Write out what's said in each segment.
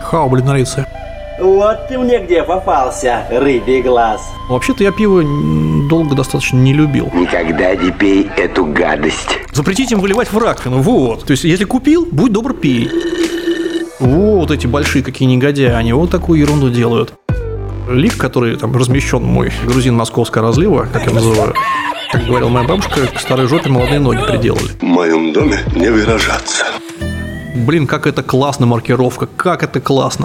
Хау, блин, налицы. Вот ты мне где попался, рыбий глаз. Вообще-то я пиво долго достаточно не любил. Никогда не пей эту гадость. Запретить им выливать в раковину, вот. То есть, если купил, будь добр, пей. Вот эти большие какие негодяи, они вот такую ерунду делают. Лифт, который там размещен, мой грузин московского разлива, как я называю, как говорила моя бабушка, к старой жопе молодые ноги приделали. В моем доме не выражаться. Блин, как это классно, маркировка, как это классно.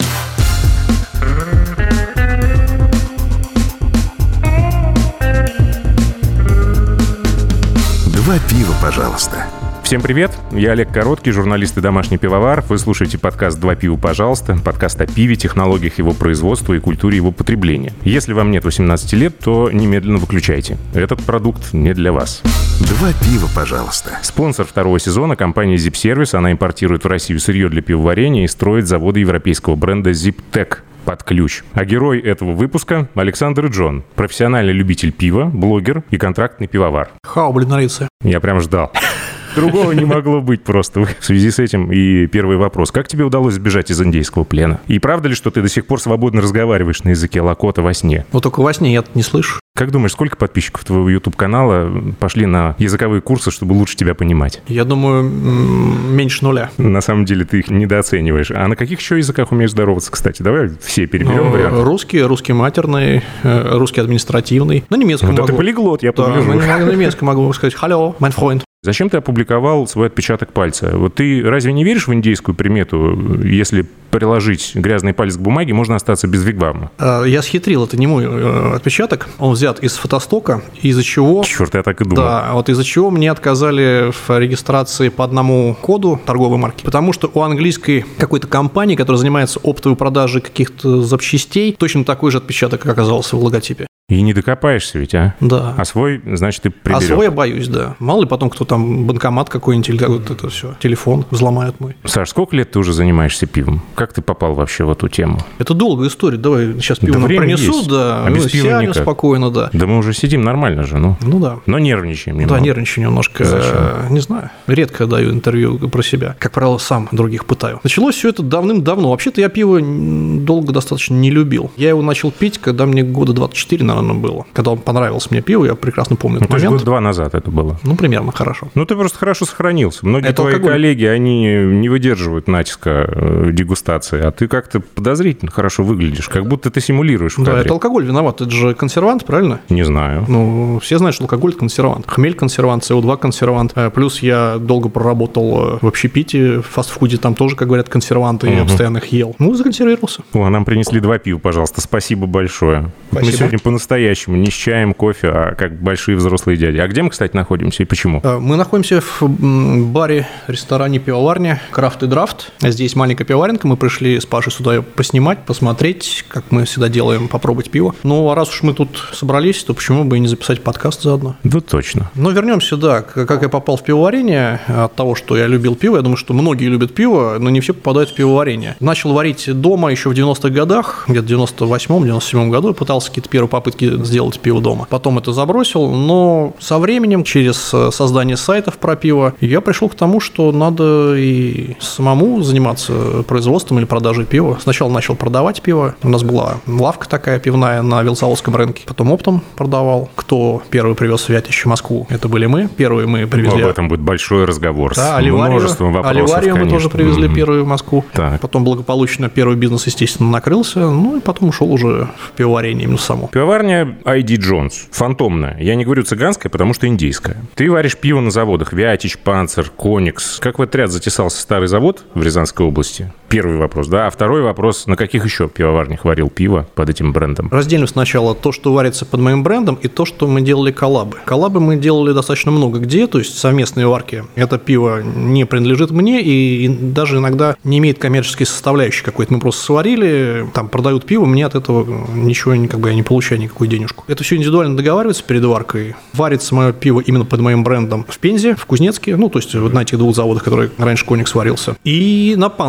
Два пива, пожалуйста. Всем привет, я Олег Короткий, журналист и домашний пивовар. Вы слушаете подкаст «Два пива, пожалуйста», подкаст о пиве, технологиях его производства и культуре его потребления. Если вам нет 18 лет, то немедленно выключайте. Этот продукт не для вас. Два пива, пожалуйста. Спонсор второго сезона — компания ZipService. Она импортирует в Россию сырье для пивоварения и строит заводы европейского бренда ZipTech под ключ. А герой этого выпуска — Александр Джон, профессиональный любитель пива, блогер и контрактный пивовар. Хау, блин, налицы. Я прям ждал. Другого не могло быть просто. В связи с этим и первый вопрос. Как тебе удалось сбежать из индейского плена? И правда ли, что ты до сих пор свободно разговариваешь на языке лакота во сне? Вот только во сне я-то не слышу. Как думаешь, сколько подписчиков твоего YouTube-канала пошли на языковые курсы, чтобы лучше тебя понимать? Я думаю, меньше нуля. На самом деле ты их недооцениваешь. А на каких еще языках умеешь здороваться, кстати? Давай все переберем варианты. Русский матерный, русский административный. На немецком могу. Да ты полиглот, я погляжу. На немецком могу сказать «Hallo, mein Freund». Зачем ты опубликовал свой отпечаток пальца? Вот ты разве не веришь в индейскую примету? Если приложить грязный палец к бумаге, можно остаться без вигвама. Я схитрил, это не мой отпечаток. Он взят из фотостока, из-за чего... Черт, я так и думал. Да, вот из-за чего мне отказали в регистрации по одному коду торговой марки. Потому что у английской какой-то компании, которая занимается оптовой продажей каких-то запчастей, точно такой же отпечаток оказался в логотипе. И не докопаешься ведь, а? Да. А свой, значит, ты приберег. А свой я боюсь, да. Мало ли потом кто там, банкомат какой-нибудь или вот это все, телефон взломают мой. Саш, сколько лет ты уже занимаешься пивом? Как ты попал вообще в эту тему? Это долгая история. Давай сейчас пиво нам принесут, да. А без пива сядем никак. Спокойно, да. Да мы уже сидим нормально же, ну. Ну да. Но нервничаем немного. Да, нервничаю немножко. Зачем? Не знаю. Редко даю интервью про себя. Как правило, сам других пытаю. Началось все это давным-давно. Вообще-то я пиво долго достаточно не любил. Я его начал пить, когда мне года 24, наверное, было. Когда понравилось мне пиво, я прекрасно помню этот момент. То есть год-два назад это было? Ну, примерно, хорошо. Ну, ты просто хорошо сохранился. Многие это твои алкоголь. коллеги, они не выдерживают натиска дегустации, а ты как-то подозрительно хорошо выглядишь, как будто ты симулируешь в кадре. Да, это алкоголь виноват. Это же консервант, правильно? Не знаю. Ну, все знают, что алкоголь – это консервант. Хмель – консервант, СО2 – консервант. Плюс я долго проработал в общепите, в фастфуде, там тоже, как говорят, консерванты, я постоянно их ел. Ну, законсервировался. О, нам принесли два пива, пожалуйста. Спасибо большое. Спасибо. Мы сегодня по-настоящему, не с чаем, кофе, а как большие взрослые дяди. А где мы, кстати, находимся и почему? Мы находимся в баре, ресторане, пивоварне «Крафт и Драфт». Здесь маленькая пивоваренка. Мы пришли с Пашей сюда ее поснимать, посмотреть, как мы всегда делаем, попробовать пиво. Ну, а раз уж мы тут собрались, то почему бы и не записать подкаст заодно? Да, точно. Но вернемся, да, как я попал в пивоварение. От того, что я любил пиво, я думаю, что многие любят пиво, но не все попадают в пивоварение. Начал варить дома еще в 90-х годах, где-то в 98-м, 97-м году. Пытался какие-то первые попытки сделать пиво дома. Потом это забросил, но со временем, через создание сайтов про пиво, я пришел к тому, что надо и самому заниматься производством или продажей пива. Сначала начал продавать пиво. У нас была лавка такая пивная на Велсаулском рынке. Потом оптом продавал. Кто первый привез в Вятище, в Москву, это были мы. Первые мы привезли. Об этом будет большой разговор. Да, с множеством вопросов, Оливарию мы конечно. тоже привезли первую в Москву. Так. Потом благополучно первый бизнес, естественно, накрылся. Ну и потом ушел уже в пивоварение именно само. Пивоварня I.D. Jones. Фантомная. Я не говорю цыганская, потому что индейская. Ты варишь пиво на заводах. Вятич, Панцер, Коникс. Как в этот ряд затесался старый завод в Рязанской области? Первый вопрос, да. А второй вопрос, на каких еще пивоварнях варил пиво под этим брендом? Разделим сначала то, что варится под моим брендом, и то, что мы делали коллабы. Коллабы мы делали достаточно много где, то есть совместные варки. Это пиво не принадлежит мне и даже иногда не имеет коммерческой составляющей какой-то. Мы просто сварили, там продают пиво, мне от этого ничего, как бы я не получаю никакую денежку. Это все индивидуально договаривается перед варкой. Варится мое пиво именно под моим брендом в Пензе, в Кузнецке, ну, то есть вот на этих двух заводах, которые раньше Коникс варился. И на Панцире вот мы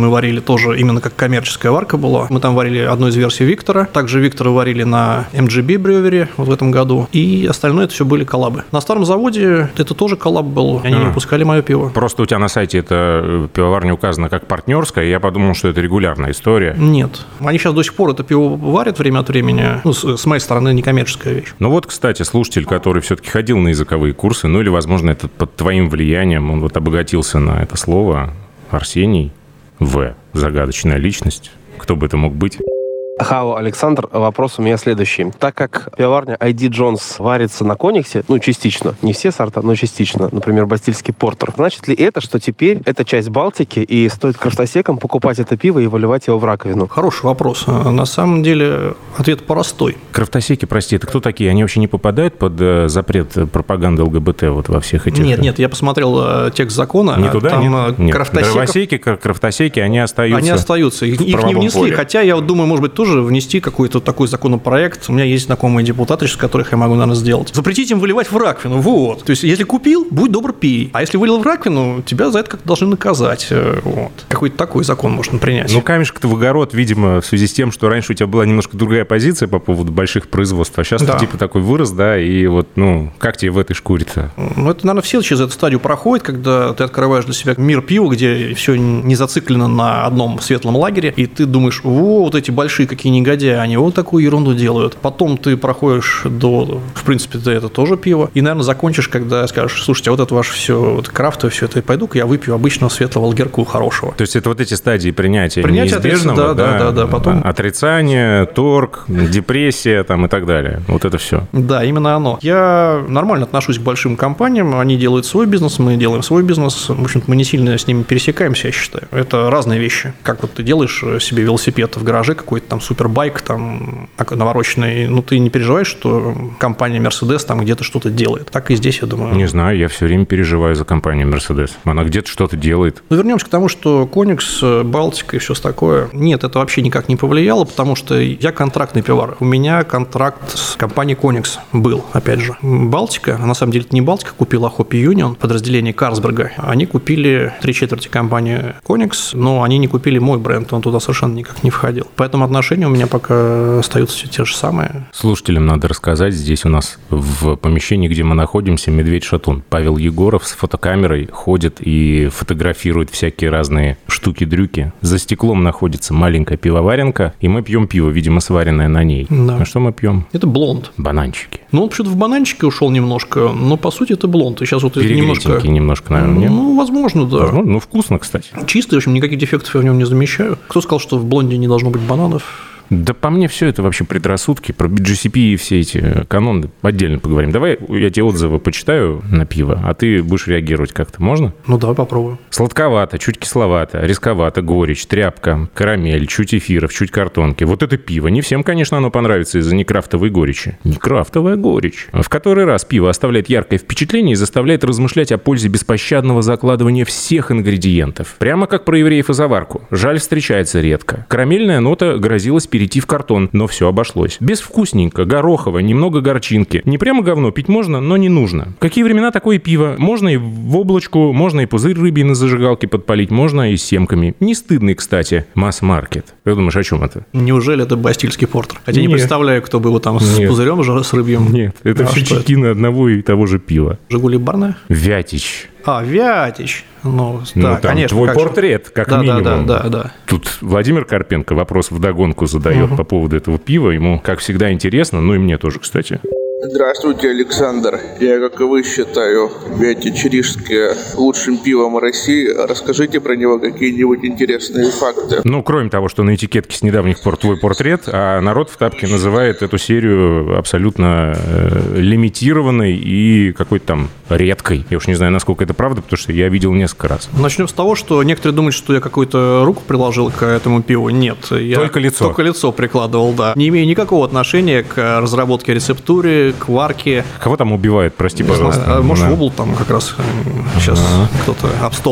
мы варили тоже именно как коммерческая варка была. Мы там варили одну из версий Виктора. Также Виктора варили на MGB брювере вот в этом году. И остальное это все были коллабы. На старом заводе это тоже коллаб был. Они не выпускали мое пиво. Просто у тебя на сайте эта пивоварня указана как партнерская, и я подумал, что это регулярная история. Нет. Они сейчас до сих пор это пиво варят время от времени. Ну, с моей стороны, некоммерческая вещь. Ну вот, кстати, слушатель, который все-таки ходил на языковые курсы, ну или, возможно, это под твоим влиянием, он вот обогатился на это слово, Арсений В. Загадочная личность. Кто бы это мог быть? Хао, Александр, вопрос у меня следующий. Так как пивоварня ID Jones варится на Кониксе, ну, частично, не все сорта, но частично, например, бастильский портер, значит ли это, что теперь это часть Балтики, и стоит крафтосекам покупать это пиво и выливать его в раковину? Хороший вопрос. На самом деле ответ простой. Крафтосеки, прости, это кто такие? Они вообще не попадают под запрет пропаганды ЛГБТ вот во всех этих... Нет, я посмотрел текст закона. Не туда, там нет? Крафтосеков... Крафтосеки, они остаются. Они остаются. Их не внесли, поле. Хотя я вот думаю, может быть, тоже внести какой-то такой законопроект. У меня есть знакомые депутаты, с которых я могу, наверное, сделать. Запретить им выливать в раковину. Вот. То есть, если купил, будь добр, пей. А если вылил в раковину, тебя за это как-то должны наказать. Вот. Какой-то такой закон можно принять. Ну, камешек-то в огород, видимо, в связи с тем, что раньше у тебя была немножко другая позиция по поводу больших производств, а сейчас ты типа такой вырос, да, и вот, ну, как тебе в этой шкуре-то? Ну, это, наверное, все через эту стадию проходят, когда ты открываешь для себя мир пива, где все не зациклено на одном светлом лагере, и ты думаешь, вот эти большие какие негодяи, они вот такую ерунду делают. Потом ты проходишь в принципе, это тоже пиво, и, наверное, закончишь, когда скажешь, слушайте, а вот это ваше все вот крафтовое, все это, пойду-ка я выпью обычного светлого лагерку хорошего. То есть это вот эти стадии принятия неизбежного, да, потом... Отрицание, торг, депрессия там и так далее. Вот это все. Да, именно оно. Я нормально отношусь к большим компаниям, они делают свой бизнес, мы делаем свой бизнес. В общем-то, мы не сильно с ними пересекаемся, я считаю. Это разные вещи. Как вот ты делаешь себе велосипед в гараже, какой-то там супербайк, там навороченный, ну, ты не переживаешь, что компания Mercedes там где-то что-то делает. Так и здесь, я думаю. Не знаю, я все время переживаю за компанию Mercedes. Она где-то что-то делает. Ну, вернемся к тому, что Коникс, Балтика и все такое. Нет, это вообще никак не повлияло, потому что я контрактный пивовар. У меня контракт с компанией Коникс был, опять же. Балтика, на самом деле это не Балтика, купила Hoppy Union, подразделение Карлсберга. Они купили 3/4 компании Коникс, но они не купили мой бренд, он туда совершенно никак не входил. Поэтому отношения у меня пока остаются все те же самые. Слушателям надо рассказать, здесь у нас в помещении, где мы находимся, медведь-шатун. Павел Егоров с фотокамерой ходит и фотографирует всякие разные штуки-дрюки. За стеклом находится маленькая пивоваренка, и мы пьем пиво, видимо, сваренное на ней. Да. А что мы пьем? Это блонд. Бананчики. Ну, он почему-то в бананчике ушел немножко, но, по сути, это блонд. И сейчас вот немножко, наверное, нет? Ну, возможно, да. Возможно, ну, вкусно, кстати. Чистый, в общем, никаких дефектов я в нем не замечаю. Кто сказал, что в блонде не должно быть бананов? Да по мне все это вообще предрассудки. Про BGCP и все эти каноны отдельно поговорим. Давай я тебе отзывы почитаю на пиво, а ты будешь реагировать как-то. Можно? Ну да, попробую. Сладковато, чуть кисловато, резковато, горечь, тряпка, карамель, чуть эфиров, чуть картонки. Вот это пиво. Не всем, конечно, оно понравится из-за некрафтовой горечи. Некрафтовая горечь. В который раз пиво оставляет яркое впечатление и заставляет размышлять о пользе беспощадного закладывания всех ингредиентов. Прямо как про евреев и заварку. Жаль, встречается редко. Карамельная нота грозилась перейти в картон, но все обошлось. Безвкусненько, горохово, немного горчинки. Не прямо говно, пить можно, но не нужно. В какие времена такое пиво? Можно и в облачку, можно и пузырь рыбий на зажигалке подпалить, можно и с семками. Не стыдный, кстати, масс-маркет. Ты думаешь, о чем это? Неужели это бастильский портер? Хотя не представляю, кто бы его там с пузырем уже, с рыбьем. Нет, это все чекины одного и того же пива. Жигули барная? Вятич. Вятич. Ну, да, там конечно. Твой портрет, как минимум. Да. Тут Владимир Карпенко вопрос вдогонку задает по поводу этого пива. Ему, как всегда, интересно, ну и мне тоже, кстати. Здравствуйте, Александр. Я, как и вы, считаю Вятич Рижское лучшим пивом России. Расскажите про него какие-нибудь интересные факты. Ну, кроме того, что на этикетке с недавних пор твой портрет, а народ в тапке называет эту серию абсолютно лимитированной и какой-то там редкой. Я уж не знаю, насколько это правда, потому что я видел несколько раз. Начнем с того, что некоторые думают, что я какую-то руку приложил к этому пиву. Нет. Я только лицо. Только лицо прикладывал, да. Не имею никакого отношения к разработке рецептуры, к варке. Кого там убивают, прости, пожалуйста? Может, Вобл там как раз сейчас кто-то об стол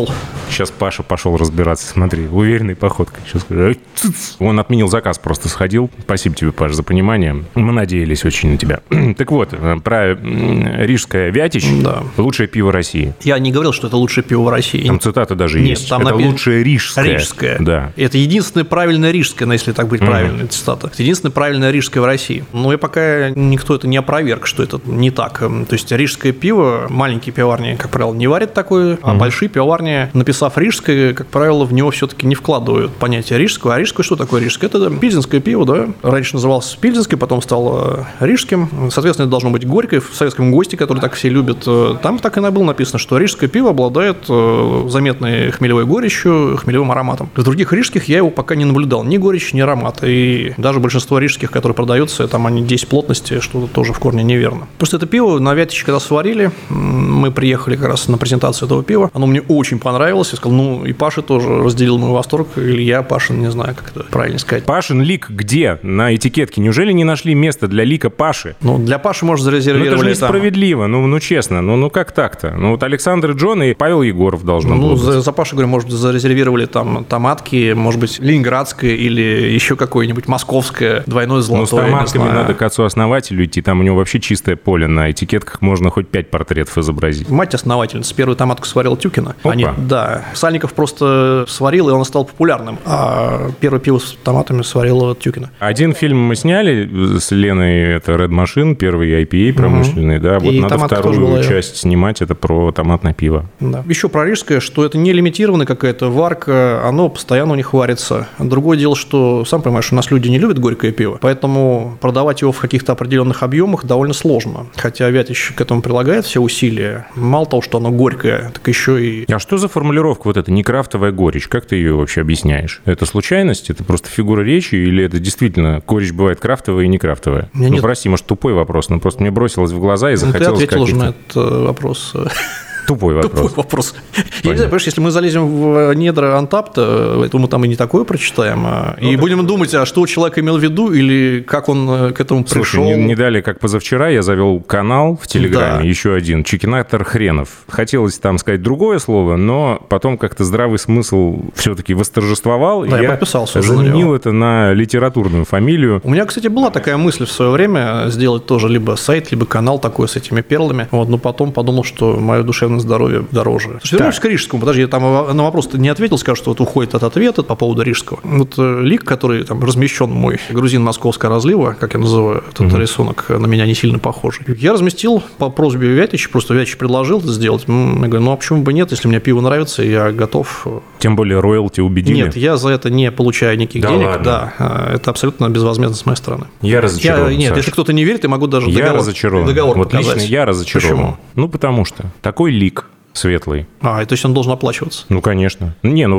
Сейчас Паша пошел разбираться, смотри, уверенной походкой. Сейчас скажу, он отменил заказ, просто сходил. Спасибо тебе, Паш, за понимание. Мы надеялись очень на тебя. Так вот, про рижское Вятич. Да. Лучшее пиво России. Я не говорил, что это лучшее пиво России. Там цитата даже Нет, есть. там это лучшее рижское. Рижское. Да. Это единственное правильное рижское, если так быть правильной цитата. Это единственное правильное рижское в России. Но я пока никто это не опроверг, что это не так. То есть рижское пиво, маленькие пивоварни, как правило, не варят такое, а большие пивоварни, написав рижское, как правило, в него все-таки не вкладывают понятие рижского. А рижское что такое рижское? Это пильзенское пиво, да? Раньше называлось пильзенское, потом стало рижским. Соответственно, это должно быть горькое. В советском гости, который так все любят, там так и было написано, что рижское пиво обладает заметной хмелевой горечью, хмелевым ароматом. В других рижских я его пока не наблюдал. Ни горечь, ни аромат. И даже большинство рижских, которые продаются, там они 10 плотности, что тоже в корне неверно. Просто это пиво на Вятиче, когда сварили, мы приехали как раз на презентацию этого пива. Оно мне очень понравилось. Я сказал, и Паша тоже разделил мой восторг. Или я, Пашин, не знаю, как это правильно сказать. Пашин лик где? На этикетке. Неужели не нашли место для лика Паши? Для Паши, может, зарезервировали. Это же несправедливо. Честно. Вот так-то. Вот Александр Джон и Павел Егоров должны были быть. За Пашей, говорю, может, зарезервировали там томатки, может быть, ленинградское или еще какое-нибудь московское, двойное золотое. С томатками надо к отцу-основателю идти. Там у него вообще чистое поле. На этикетках можно хоть 5 портретов изобразить. Мать-основательница первую томатку сварила Тюкина. Опа. Сальников просто сварил, и он стал популярным. А первое пиво с томатами сварила Тюкина. Один фильм мы сняли с Леной, это Red Machine, первый IPA промышленный, да. Вот и надо вторую часть снимать, это про томатное пиво. Да. Еще про рижское, что это не лимитированная какая-то варка, оно постоянно у них варится. Другое дело, что, сам понимаешь, у нас люди не любят горькое пиво, поэтому продавать его в каких-то определенных объемах довольно сложно. Хотя Вятич к этому прилагает все усилия. Мало того, что оно горькое, так еще и... А что за формулировка вот эта некрафтовая горечь? Как ты ее вообще объясняешь? Это случайность? Это просто фигура речи? Или это действительно горечь бывает крафтовая и некрафтовая? Прости, может, тупой вопрос, но просто мне бросилось в глаза и захотелось... Ты ответил уже на этот вопрос. Тупой вопрос. Я не знаю, понимаешь, если мы залезем в недра Антапта, то мы там и не такое прочитаем. И будем думать, а что человек имел в виду, или как он к этому пришел. Слушай, не далее, как позавчера, я завел канал в Телеграме, еще один, Чикинатор Хренов. Хотелось там сказать другое слово, но потом как-то здравый смысл все-таки восторжествовал. Да, я подписался. Заменил это на литературную фамилию. У меня, кстати, была такая мысль в свое время сделать тоже либо сайт, либо канал такой с этими перлами. Но потом подумал, что мое душевное здоровье дороже. Вернемся к рижскому. Подожди, я там на вопрос не ответил, скажу, что вот уходит от ответа по поводу рижского. Вот лик, который там размещен мой, грузин московского разлива, как я называю этот рисунок, на меня не сильно похожий. Я разместил по просьбе Вятича, просто Вятич предложил это сделать. Я говорю, а почему бы нет, если мне пиво нравится, я готов. Тем более роялти убедили. Нет, я за это не получаю никаких денег. Ладно. Да, это абсолютно безвозмездно с моей стороны. Я разочарован, Нет, если кто-то не верит, я могу даже договор вот показать. лично я разочарован. Почему? Потому что такой лик светлый. То есть он должен оплачиваться? Конечно.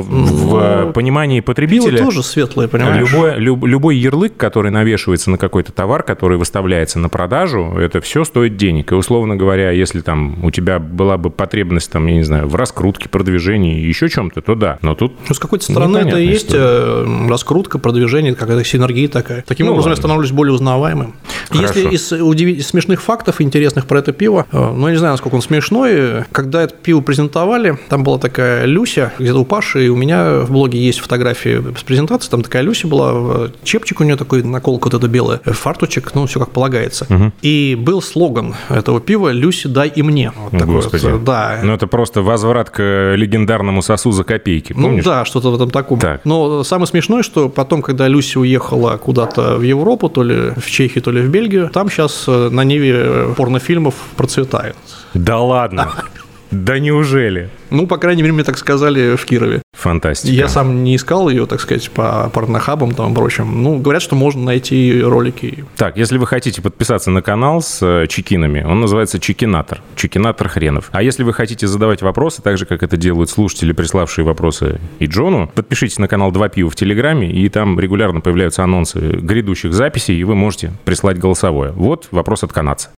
В понимании потребителя... Пиво тоже светлое, понимаешь? Любой ярлык, который навешивается на какой-то товар, который выставляется на продажу, это все стоит денег. И, условно говоря, если там у тебя была бы потребность, там, я не знаю, в раскрутке, продвижении, еще чем-то, то да. Но тут... с какой-то стороны это и есть раскрутка, продвижение, какая-то синергия такая. Таким образом я становлюсь более узнаваемым. Если из смешных фактов интересных про это пиво, я не знаю, насколько он смешной, когда это пиво презентовали, там была такая Люся, где-то у Паши, и у меня в блоге есть фотографии с презентацией, там такая Люся была, чепчик у нее такой, наколка вот это белая, фартучек, все как полагается. И был слоган этого пива «Люси, дай и мне». Вот такой. Господи. Вот, да. Это просто возврат к легендарному сосу за копейки, помнишь? Да, что-то в этом таком. Так. Но самое смешное, что потом, когда Люси уехала куда-то в Европу, то ли в Чехию, то ли в Бельгию, там сейчас на ниве порнофильмов процветает. Да ладно? Да неужели? По крайней мере, мне так сказали в Кирове. Фантастика. Я сам не искал ее, так сказать, по порнохабам там и прочим. Говорят, что можно найти ролики. Так, если вы хотите подписаться на канал с чекинами, он называется Чекинатор. Чекинатор Хренов. А если вы хотите задавать вопросы, так же, как это делают слушатели, приславшие вопросы и Джону, подпишитесь на канал «Два пива» в Телеграме, и там регулярно появляются анонсы грядущих записей, и вы можете прислать голосовое. Вот вопрос от канадца.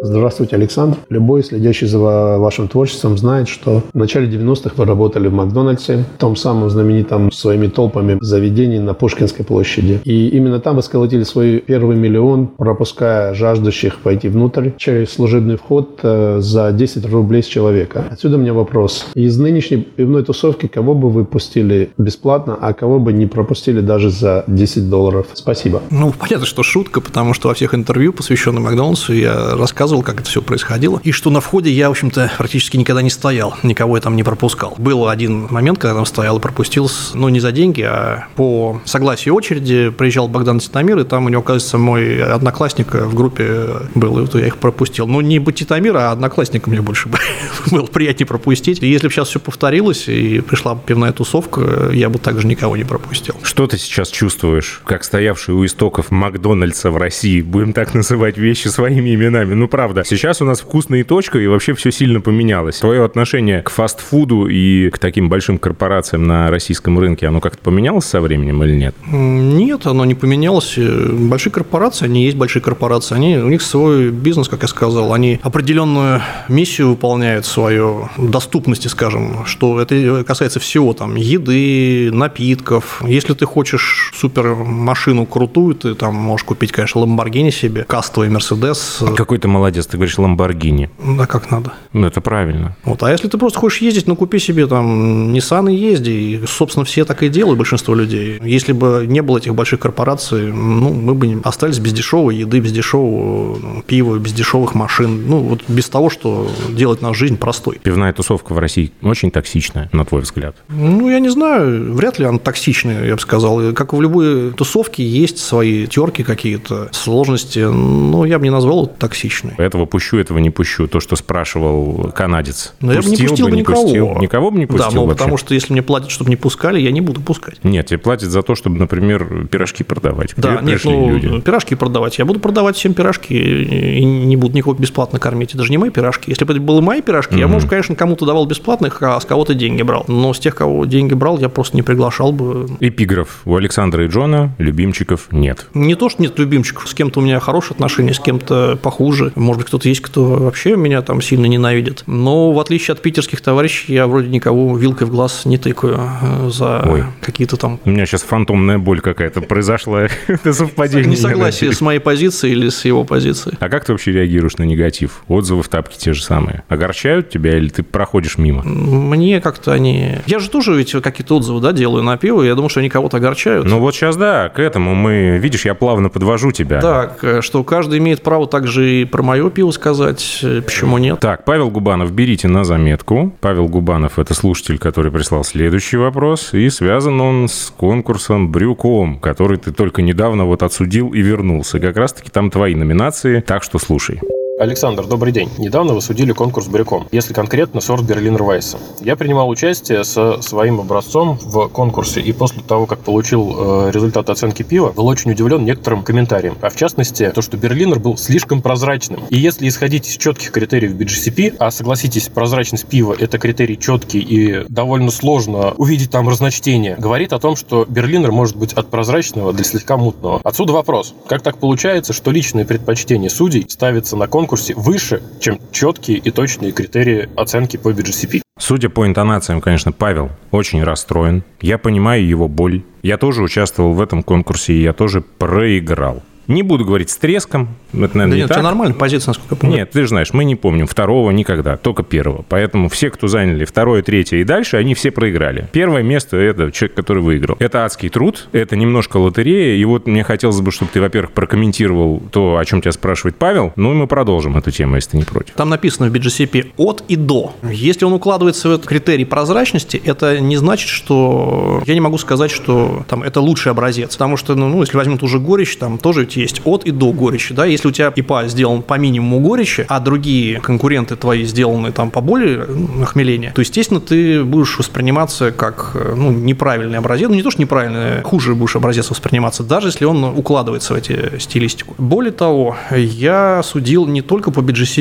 Здравствуйте, Александр. Любой, следящий за вашим творчеством, знает, что в начале 90-х вы работали в Макдональдсе, в том самом знаменитом своими толпами заведении на Пушкинской площади. И именно там вы сколотили свой первый миллион, пропуская жаждущих пойти внутрь через служебный вход за 10 рублей с человека. Отсюда у меня вопрос. Из нынешней пивной тусовки кого бы вы пустили бесплатно, а кого бы не пропустили даже за $10? Спасибо. Понятно, что шутка, потому что во всех интервью, посвященных Макдональдсу, я рассказывал, как это все происходило, и что на входе я, в общем-то, практически никогда не стоял, никого я там не пропускал. Был один момент, когда там стоял и пропустил, не за деньги, а по согласию очереди. Приезжал Богдан Титомир, и там у него, оказывается, мой одноклассник в группе был, и вот я их пропустил. Не Титомир, а одноклассника мне больше было приятнее пропустить. И если бы сейчас все повторилось, и пришла пивная тусовка, я бы также никого не пропустил. Что ты сейчас чувствуешь, как стоявший у истоков Макдональдса в России? Будем так называть вещи своими именами. Правда, сейчас у нас вкусная точка, и вообще все сильно поменялось. Твое отношение к фастфуду и к таким большим корпорациям на российском рынке, оно как-то поменялось со временем или нет? Нет, оно не поменялось. Большие корпорации, они есть большие корпорации, у них свой бизнес, как я сказал, они определенную миссию выполняют, свою доступности, скажем, что это касается всего, там, еды, напитков. Если ты хочешь супер машину крутую, ты там можешь купить, конечно, Lamborghini себе, кастовый Mercedes. Какой ты молодец, ты говоришь Lamborghini. Да, как надо. Это правильно. А если ты просто хочешь ездить, купи себе там Nissan и езди. И, собственно, все так и делают, большинство людей. Если бы не было этих больших корпораций, мы бы остались без дешевой еды, без дешевого пива, без дешевых машин. Без того, что делает нашу жизнь простой. Пивная тусовка в России очень токсичная, на твой взгляд? Я не знаю. Вряд ли она токсичная, я бы сказал. Как в любой тусовке есть свои терки какие-то, сложности. Я бы не назвал это токсичной. Этого пущу, этого не пущу. То, что спрашивал канадец. Но я бы не пустил бы никого. Никого бы не пустил вообще? Потому что если мне платят, чтобы не пускали, я не буду пускать. Нет, тебе платят за то, чтобы, например, пирожки продавать. Люди. Пирожки продавать. Я буду продавать всем пирожки и не буду никого бесплатно кормить. Это же не мои пирожки. Если бы это были мои пирожки, я, может, конечно, кому-то давал бесплатных, а с кого-то деньги брал. Но с тех, кого деньги брал, я просто не приглашал бы. Эпиграф. У Александра и Джона любимчиков нет. Не то, что нет любимчиков. С кем-то у меня хорошие отношения, с кем-то похуже. Может быть, кто-то есть, кто вообще меня там сильно ненавидит. Но в отличие от питерских товарищей, я вроде никого вилкой в глаз не тыкаю за какие-то там... У меня сейчас фантомная боль какая-то произошла. Это совпадение. Несогласие с моей позицией или с его позицией. А как ты вообще реагируешь на негатив? Отзывы в тапке те же самые. Огорчают тебя или ты проходишь мимо? Мне как-то они... Я же тоже ведь какие-то отзывы делаю на пиво, я думаю, что они кого-то огорчают. Сейчас, к этому мы... Видишь, я плавно подвожу тебя. Так, что каждый имеет право также и про мое пиво сказать, почему нет. Так, Павел Губанов, берите на заметку. Павел Губанов – это слушатель, который прислал следующий вопрос, и связан он с конкурсом «Брюком», который ты только недавно отсудил и вернулся. Как раз-таки там твои номинации, так что слушай. Александр, добрый день. Недавно вы судили конкурс «Брюком», если конкретно сорт Берлинер Вайса. Я принимал участие со своим образцом в конкурсе, и после того, как получил результат оценки пива, был очень удивлен некоторым комментариям. А в частности, то, что Берлинер был слишком прозрачным. И если исходить из четких критериев BJCP, а согласитесь, прозрачность пива – это критерий четкий и довольно сложно увидеть там разночтение, говорит о том, что Берлинер может быть от прозрачного до слегка мутного. Отсюда вопрос. Как так получается, что личные предпочтения судей ставятся на конкурсе выше, чем четкие и точные критерии оценки по BJCP? Судя по интонациям, конечно, Павел очень расстроен. Я понимаю его боль. Я тоже участвовал в этом конкурсе, и я тоже проиграл. Не буду говорить с треском. Это, наверное, нет, у тебя нормальная позиция, насколько я помню. Нет, ты же знаешь, мы не помним второго никогда, только первого. Поэтому все, кто заняли второе, третье и дальше, они все проиграли. Первое место – это человек, который выиграл. Это адский труд, это немножко лотерея. И мне хотелось бы, чтобы ты, во-первых, прокомментировал то, о чем тебя спрашивает Павел. И мы продолжим эту тему, если ты не против. Там написано в BJCP «от» и «до». Если он укладывается в этот критерий прозрачности, это не значит, что... Я не могу сказать, что там это лучший образец. Потому что, если возьмем ту же горечь, там тоже ведь есть «от» и «до» горечи. Да? Если у тебя ИПА сделан по минимуму горечи, а другие конкуренты твои сделаны там по более охмеления, то, естественно, ты будешь восприниматься как неправильный образец. Не то, что неправильный, хуже будешь образец восприниматься, даже если он укладывается в эти стилистику. Более того, я судил не только по BJCP.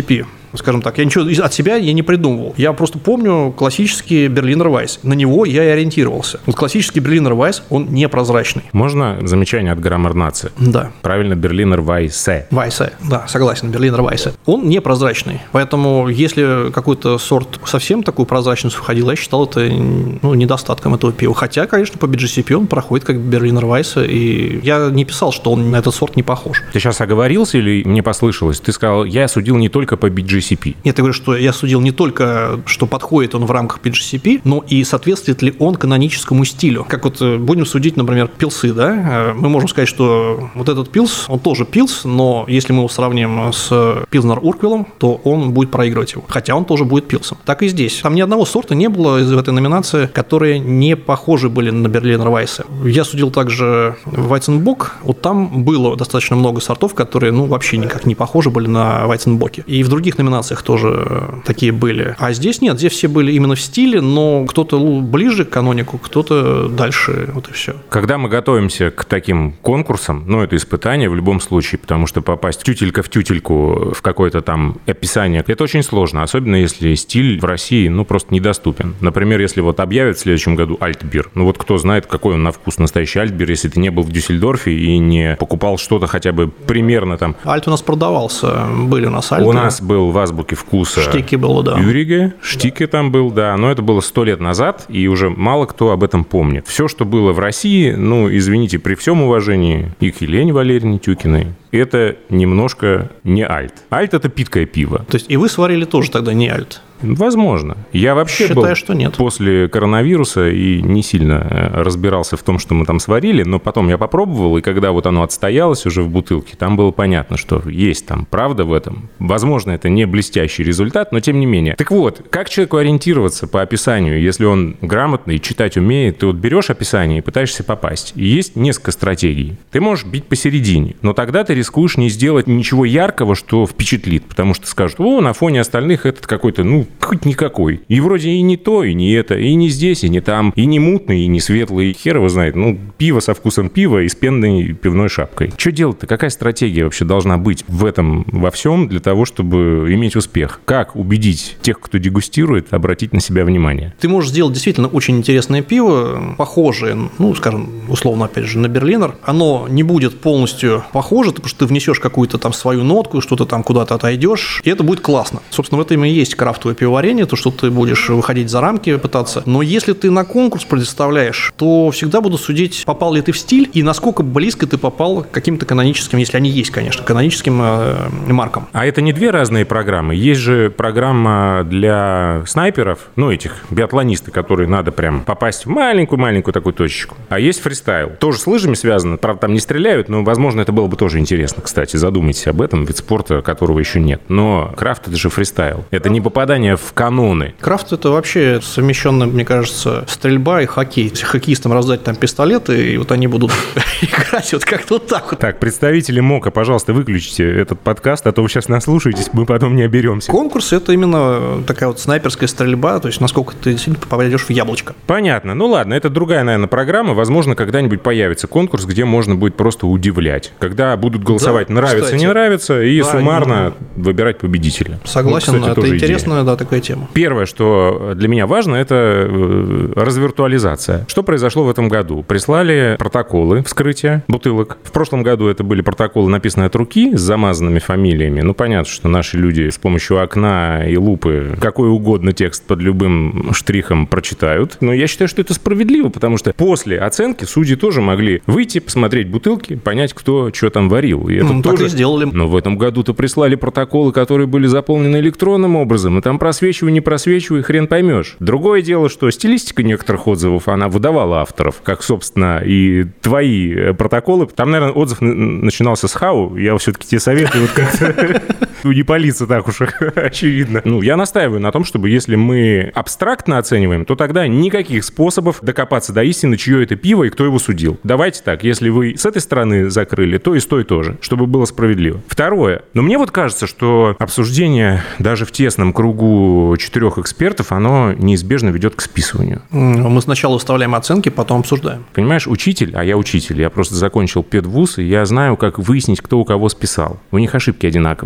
скажем так. Я ничего от себя я не придумывал. Я просто помню классический Берлинер Weiss. На него я и ориентировался. Вот классический Берлинер Weiss, он непрозрачный. Можно замечание от Граммар Нации? Да. Правильно, Берлинер Weisse. Weisse, да, согласен, Берлинер Weisse. Он непрозрачный. Поэтому, если какой-то сорт совсем такую прозрачность входил, я считал это недостатком этого пива. Хотя, конечно, по BJCP он проходит как Берлинер Weisse, и я не писал, что он на этот сорт не похож. Ты сейчас оговорился или мне послышалось? Ты сказал, я судил не только по BJCP. Нет, я говорю, что я судил не только, что подходит он в рамках BJCP, но и соответствует ли он каноническому стилю. Как вот будем судить, например, пилсы, да? Мы можем сказать, что вот этот пилс, он тоже пилс, но если мы его сравним с Пилснер Урквиллом, то он будет проигрывать его. Хотя он тоже будет пилсом. Так и здесь. Там ни одного сорта не было из этой номинации, которые не похожи были на Берлинер Weisse. Я судил также Вайценбок. Вот там было достаточно много сортов, которые, вообще никак не похожи были на Вайценбоке. И в других номинациях тоже такие были. А здесь нет. Здесь все были именно в стиле, но кто-то ближе к канонику, кто-то дальше. Вот и все. Когда мы готовимся к таким конкурсам, это испытание в любом случае, потому что попасть тютелька в тютельку в какое-то там описание, это очень сложно, особенно если стиль в России, просто недоступен. Например, если объявят в следующем году Альтбир, кто знает, какой он на вкус настоящий Альтбир, если ты не был в Дюссельдорфе и не покупал что-то хотя бы примерно там. Альт у нас продавался, были у нас Альты. У нас был в азбуке вкуса Штики было, да. Юриге, Штики там был, да, но это было 100 лет назад, и уже мало кто об этом помнит. Все, что было в России, извините, при всем уважении и к Елене Валерьевне Тюкиной, это немножко не Альт. Альт – это питкое пиво. То есть и вы сварили тоже тогда не Альт? Возможно. Я вообще считаю, что нет. После коронавируса и не сильно разбирался в том, что мы там сварили, но потом я попробовал, и когда оно отстоялось уже в бутылке, там было понятно, что есть там правда в этом. Возможно, это не блестящий результат, но тем не менее. Так вот, как человеку ориентироваться по описанию, если он грамотный, читать умеет, ты берешь описание и пытаешься попасть. И есть несколько стратегий. Ты можешь бить посередине, но тогда ты рискуешь не сделать ничего яркого, что впечатлит, потому что скажут, на фоне остальных этот какой-то, хоть никакой. И вроде и не то, и не это, и не здесь, и не там, и не мутный, и не светлый. Хер его знает. Пиво со вкусом пива и с пенной пивной шапкой. Что делать-то? Какая стратегия вообще должна быть в этом во всем для того, чтобы иметь успех? Как убедить тех, кто дегустирует, обратить на себя внимание? Ты можешь сделать действительно очень интересное пиво, похожее, скажем, условно, опять же, на Берлинер. Оно не будет полностью похоже, потому что ты внесешь какую-то там свою нотку, что-то там куда-то отойдешь, и это будет классно. Собственно, в этом и есть крафтовое пивоварение, то, что ты будешь выходить за рамки, пытаться. Но если ты на конкурс предоставляешь, то всегда буду судить, попал ли ты в стиль и насколько близко ты попал к каким-то каноническим, если они есть, конечно, каноническим маркам. А это не две разные программы? Есть же программа для снайперов, этих биатлонистов, которые надо прям попасть в маленькую-маленькую такую точечку. А есть фристайл. Тоже с лыжами связано, правда, там не стреляют, но, возможно, это было бы тоже интересно, кстати. Задумайтесь об этом, вид спорта, которого еще нет. Но крафт – это же фристайл. Это не попадание в каноны. Крафт – это вообще совмещенная, мне кажется, стрельба и хоккей. Если хоккеистам раздать там пистолеты, и они будут играть как-то так. Так, представители МОКа, пожалуйста, выключите этот подкаст, а то вы сейчас наслушаетесь, мы потом не оберемся. Конкурс – это именно такая снайперская стрельба, то есть насколько ты действительно попадешь в яблочко. Понятно. Ладно, это другая, наверное, программа. Возможно, когда-нибудь появится конкурс, где можно будет просто удивлять. Когда будут голосовать нравится, не нравится, и суммарно выбирать победителя. Согласен, кстати, это интересная, такая тема. Первое, что для меня важно, это развиртуализация. Что произошло в этом году? Прислали протоколы вскрытия бутылок. В прошлом году это были протоколы, написанные от руки, с замазанными фамилиями. Понятно, что наши люди с помощью окна и лупы какой угодно текст под любым штрихом прочитают. Но я считаю, что это справедливо, потому что после оценки судьи тоже могли выйти, посмотреть бутылки, понять, кто что там варил. И это тоже так и сделали. Но в этом году-то прислали протоколы, которые были заполнены электронным образом, и там просвечивай, не просвечивай, хрен поймешь. Другое дело, что стилистика некоторых отзывов, она выдавала авторов, как, собственно, и твои протоколы. Там, наверное, отзыв начинался с хау. Я все-таки тебе советую как-то не палиться так уж очевидно. Я настаиваю на том, чтобы если мы абстрактно оцениваем, то тогда никаких способов докопаться до истины, чье это пиво и кто его судил. Давайте так, если вы с этой стороны закрыли, то и с той тоже, чтобы было справедливо. Второе. Но мне кажется, что обсуждение даже в тесном кругу 4 экспертов, оно неизбежно ведет к списыванию. Мы сначала выставляем оценки, потом обсуждаем. Понимаешь, учитель, а я учитель, я просто закончил педвуз, и я знаю, как выяснить, кто у кого списал. У них ошибки одинаковые, понимаешь?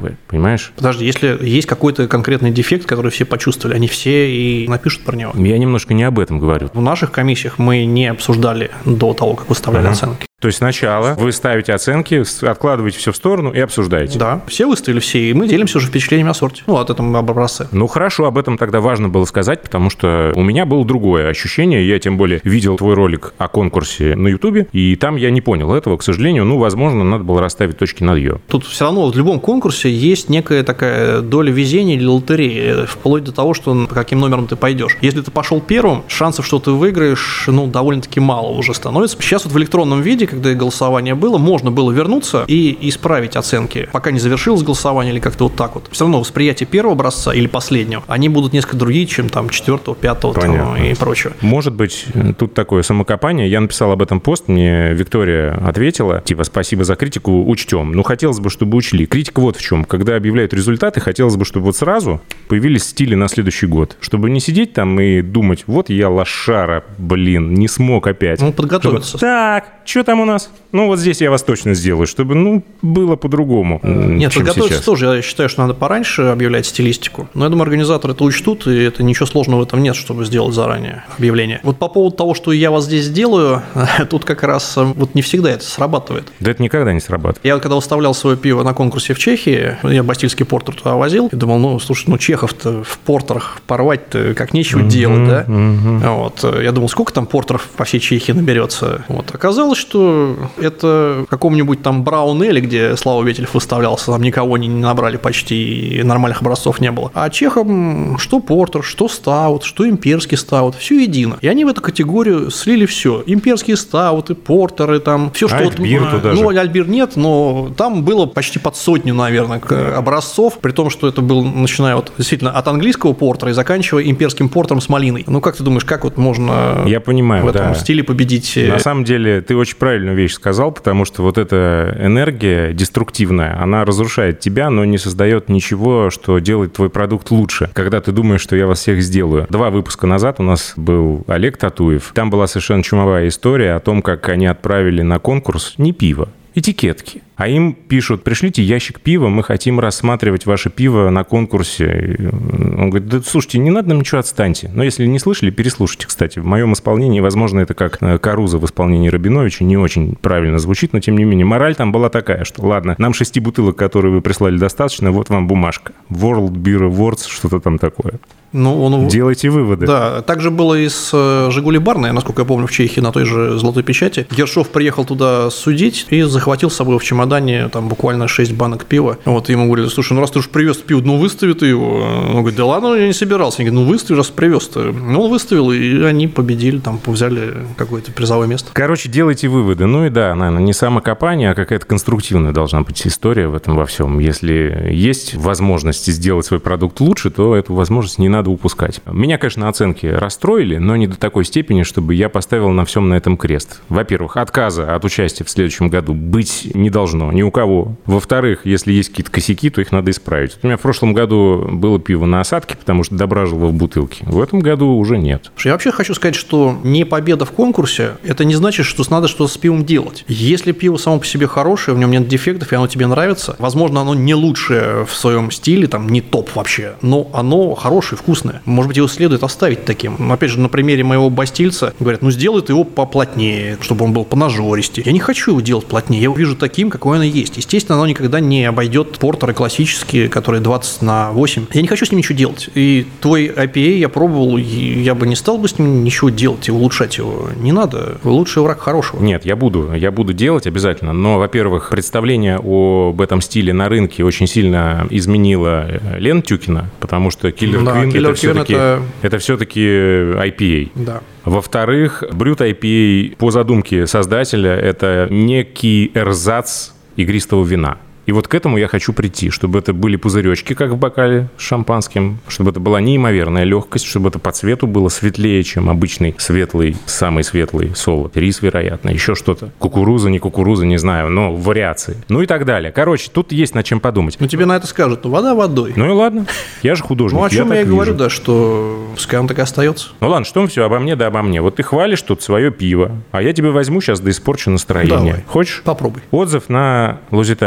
понимаешь? Подожди, если есть какой-то конкретный дефект, который все почувствовали, они все и напишут про него. Я немножко не об этом говорю. В наших комиссиях мы не обсуждали до того, как выставляли оценки. То есть сначала вы ставите оценки, откладываете все в сторону и обсуждаете. Да, все выставили все, и мы делимся уже впечатлениями о сорте. Ну, от этого образца. Ну, хорошо, об этом тогда важно было сказать, потому что у меня было другое ощущение. Я, тем более, видел твой ролик о конкурсе на Ютубе, и там я не понял этого, к сожалению. Ну, возможно, надо было расставить точки над «ё». Тут все равно в любом конкурсе есть некая такая доля везения или лотереи, вплоть до того, что по каким номерам ты пойдешь. Если ты пошел первым, шансов, что ты выиграешь, ну, довольно-таки мало уже становится. Сейчас вот в электронном виде, когда голосование было, можно было вернуться и исправить оценки, пока не завершилось голосование или как-то вот так вот. Все равно восприятие первого образца или последнего, они будут несколько другие, чем там 4-го, 5-го там, и прочее. Может быть, тут такое самокопание. Я написал об этом пост, мне Виктория ответила, типа, спасибо за критику, учтем. Ну, хотелось бы, чтобы учли. Критика вот в чем. Когда объявляют результаты, хотелось бы, чтобы вот сразу появились стили на следующий год. Чтобы не сидеть там и думать, вот я лошара, блин, не смог опять. Ну, подготовиться. Чтобы, так, что там у нас? Ну, вот здесь я вас точно сделаю, чтобы, ну, было по-другому. Нет, чем подготовиться сейчас. тоже, я считаю, что надо пораньше объявлять стилистику. Но я думаю, организаторы это учтут, и это ничего сложного в этом нет, чтобы сделать заранее объявление. Вот по поводу того, что я вас здесь делаю, тут как раз вот не всегда это срабатывает. Да это никогда не срабатывает. Я когда выставлял свое пиво на конкурсе в Чехии, я бастильский портер туда возил, и думал, ну, слушай, ну, чехов-то в портерах порвать-то как нечего делать, да? Вот. Я думал, сколько там портеров по всей Чехии наберется. Вот. Оказалось, что это в каком-нибудь там Браун-Эле, где Слава Ветелев выставлялся, там никого не набрали почти, и нормальных образцов не было. А чехам что портер, что стаут, что имперский стаут, все едино. И они в эту категорию слили все. Имперские стауты, портеры, там, все, что... Альтбир туда же. Ну, Альтбир нет, но там было почти под сотню, наверное, образцов, при том, что это был, начиная вот действительно от английского портера и заканчивая имперским портером с малиной. Ну, как ты думаешь, как вот можно Я понимаю, в этом стиле победить? На самом деле, ты очень правильную вещь сказал, потому что вот эта энергия деструктивная, она разрушает тебя, но не создает ничего, что делает твой продукт лучше. Когда ты думаешь, что я вас всех сделаю. 2 выпуска назад у нас был Олег Татуев. Там была совершенно чумовая история о том, как они отправили на конкурс не пиво, этикетки. А им пишут, пришлите ящик пива, мы хотим рассматривать ваше пиво на конкурсе. Он говорит, да слушайте, не надо нам ничего, отстаньте. Но если не слышали, переслушайте, кстати. В моем исполнении, возможно, это как Каруза в исполнении Рабиновича, не очень правильно звучит, но тем не менее, мораль там была такая, что ладно, нам 6 бутылок, которые вы прислали, достаточно, вот вам бумажка. World Beer Awards, что-то там такое. Ну, делайте выводы. Да, так же было и с «Жигули Барной», насколько я помню, в Чехии на той же «Золотой печати». Гершов приехал туда судить и захватил с собой в чемодане там буквально 6 банок пива. Вот, ему говорили, слушай, ну раз ты уж привез пиво, ну выстави ты его. Он говорит, да ладно, я не собирался. Они говорят, ну выстави, раз привез-то. Ну, он выставил, и они победили, там взяли какое-то призовое место. Короче, делайте выводы. Ну и да, наверное, не самокопание, а какая-то конструктивная должна быть история в этом во всем. Если есть возможность сделать свой продукт лучше, то эту возможность не надо упускать. Меня, конечно, оценки расстроили, но не до такой степени, чтобы я поставил на всем на этом крест. Во-первых, отказа от участия в следующем году быть не должно ни у кого. Во-вторых, если есть какие-то косяки, то их надо исправить. У меня в прошлом году было пиво на осадке, потому что дображил его в бутылке. В этом году уже нет. Я вообще хочу сказать, что не победа в конкурсе, это не значит, что надо что-то с пивом делать. Если пиво само по себе хорошее, в нем нет дефектов, и оно тебе нравится, возможно, оно не лучшее в своем стиле, там, не топ вообще, но оно хорошее, вкусное. Может быть, его следует оставить таким. Опять же, на примере моего бастильца говорят, ну, сделай ты его поплотнее, чтобы он был понажористее. Я не хочу его делать плотнее, я его вижу таким, какой оно есть. Естественно, оно никогда не обойдет портеры классические, которые 20/8. Я не хочу с ним ничего делать. И твой IPA я пробовал, и я бы не стал бы с ним ничего делать и улучшать его. Не надо. Лучший враг хорошего. Нет, я буду делать обязательно. Но, во-первых, представление об этом стиле на рынке очень сильно изменила Лена Тюкина, потому что Killer Queen это все-таки IPA. Да. Во-вторых, Brut IPA по задумке создателя это некий эрзац игристого вина. И вот к этому я хочу прийти, чтобы это были пузыречки, как в бокале с шампанским, чтобы это была неимоверная легкость, чтобы это по цвету было светлее, чем обычный светлый, самый светлый солод. Рис, вероятно, еще что-то. Кукуруза, не знаю, но вариации. Ну и так далее. Короче, тут есть над чем подумать. Ну тебе на это скажут, ну вода водой. Ну и ладно, я же художник. Ну о чем я и вижу. говорю, да, что пускай он так и остается. Ну ладно, что все обо мне, да обо мне. Вот ты хвалишь тут свое пиво, а я тебе возьму сейчас да испорчу настроение. Давай. Хочешь? Попробуй. Отзыв на Лузитанию.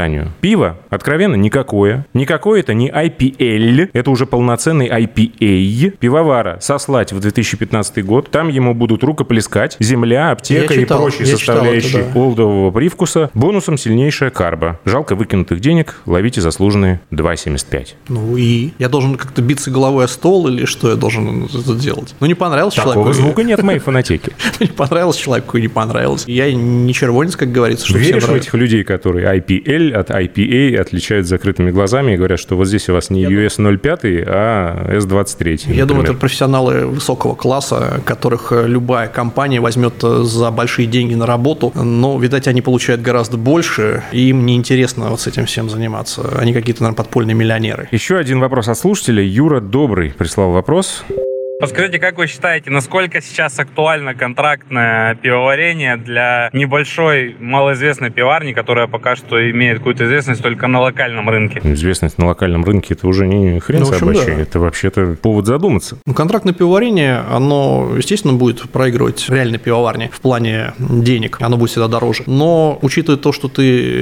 Пиво, откровенно, никакое. Никакое это не IPL, это уже полноценный IPA. Пивовара сослать в 2015 год, там ему будут рукоплескать земля, аптека и прочие составляющие олдового привкуса. Бонусом сильнейшая карба. Жалко выкинутых денег, ловите заслуженные 2,75. Ну и? Я должен как-то биться головой о стол или что я должен это делать? Ну не понравилось человеку. Такого звука нет в моей фонотеке. Не понравилось человеку и не понравилось. Я не червонец, как говорится. Веришь в этих людей, которые IPL от IPA отличают закрытыми глазами и говорят, что вот здесь у вас не US 05, а S23. Я думаю, это профессионалы высокого класса, которых любая компания возьмет за большие деньги на работу, но, видать, они получают гораздо больше, и им неинтересно вот с этим всем заниматься. Они какие-то, наверное, подпольные миллионеры. Еще один вопрос от слушателя. Юра Добрый прислал вопрос. Подскажите, как вы считаете, насколько сейчас актуально контрактное пивоварение для небольшой, малоизвестной пивоварни, которая пока что имеет какую-то известность только на локальном рынке? Известность на локальном рынке – это уже не хрен собачий, да. Это вообще-то повод задуматься. Контрактное пивоварение, оно, естественно, будет проигрывать реальной пивоварне в плане денег, оно будет всегда дороже. Но, учитывая то, что ты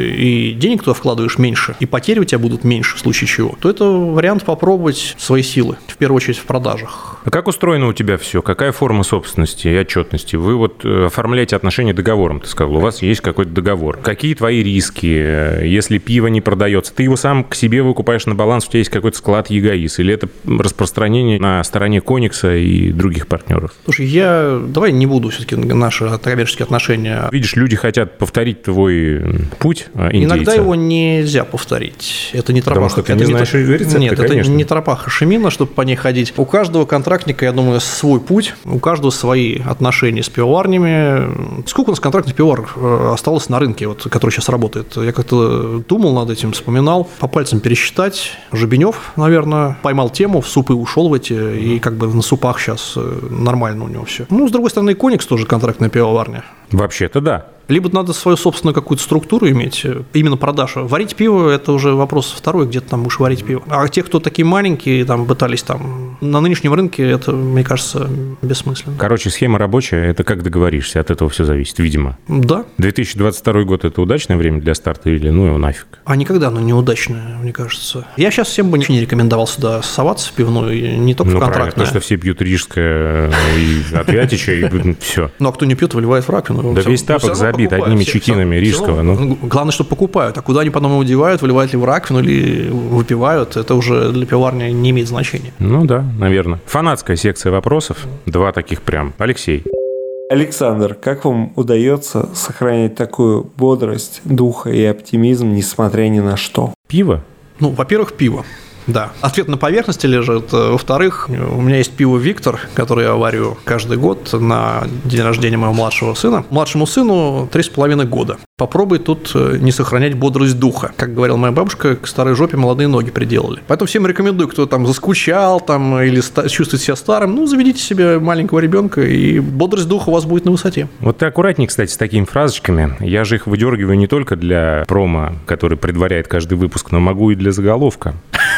и денег туда вкладываешь меньше, и потери у тебя будут меньше в случае чего, то это вариант попробовать свои силы, в первую очередь в продажах. А как устроено у тебя все? Какая форма собственности и отчетности? Вы вот оформляете отношения договором, ты сказал, у вас есть какой-то договор. Какие твои риски, если пиво не продается? Ты его сам к себе выкупаешь на баланс, у тебя есть какой-то склад ЕГАИС, или это распространение на стороне Коникса и других партнеров? Слушай, давай не буду все-таки наши коммерческие отношения. Видишь, люди хотят повторить твой путь индейца. Иногда его нельзя повторить. Это не тропа. Потому что ты не знаешь рецепты, нет, конечно. Это не тропа Хашимина, чтобы по ней ходить. У каждого контрактника, я думаю, свой путь, у каждого свои отношения с пивоварнями. Сколько у нас контрактных пивоваров осталось на рынке, вот, который сейчас работает? Я как-то думал над этим, вспоминал. По пальцам пересчитать. Жебенев, наверное, поймал тему, в супы ушел в эти, и как бы на супах сейчас нормально у него все. Ну, с другой стороны, Коникс тоже контрактная пивоварня. Вообще-то да. Либо надо свою собственную какую-то структуру иметь, именно продажу. Варить пиво – это уже вопрос второй, где ты там будешь варить пиво. А те, кто такие маленькие, там, пытались там, на нынешнем рынке, это, мне кажется, бессмысленно. Короче, схема рабочая – это как договоришься, от этого все зависит, видимо. Да. 2022 год – это удачное время для старта или ну его нафиг? А никогда оно неудачное, мне кажется. Я сейчас всем бы не рекомендовал сюда соваться в пивную, не только в контрактное. Потому что все пьют Рижское и от Вятича, и все. Ну, а кто не пьет, выливает в раковину. Да весь тапок забит одними чекинами Рижского. Главное, что покупают. А куда они потом его девают, выливают ли в раковину или выпивают, это уже для пивоварни не имеет значения. Ну да, наверное. Фанатская секция вопросов. Два таких прям. Алексей. Александр, как вам удается сохранять такую бодрость духа и оптимизм, несмотря ни на что? Пиво? Ну, во-первых, пиво. Да. Ответ на поверхности лежит. Во-вторых, у меня есть пиво «Виктор», которое я варю каждый год на день рождения моего младшего сына. Младшему сыну 3,5 года. Попробуй тут не сохранять бодрость духа. Как говорила моя бабушка, к старой жопе молодые ноги приделали. Поэтому всем рекомендую, кто там заскучал там, или чувствует себя старым, ну, заведите себе маленького ребенка, и бодрость духа у вас будет на высоте. Вот ты аккуратней, кстати, с такими фразочками. Я же их выдергиваю не только для промо, который предваряет каждый выпуск, но могу и для заголовка.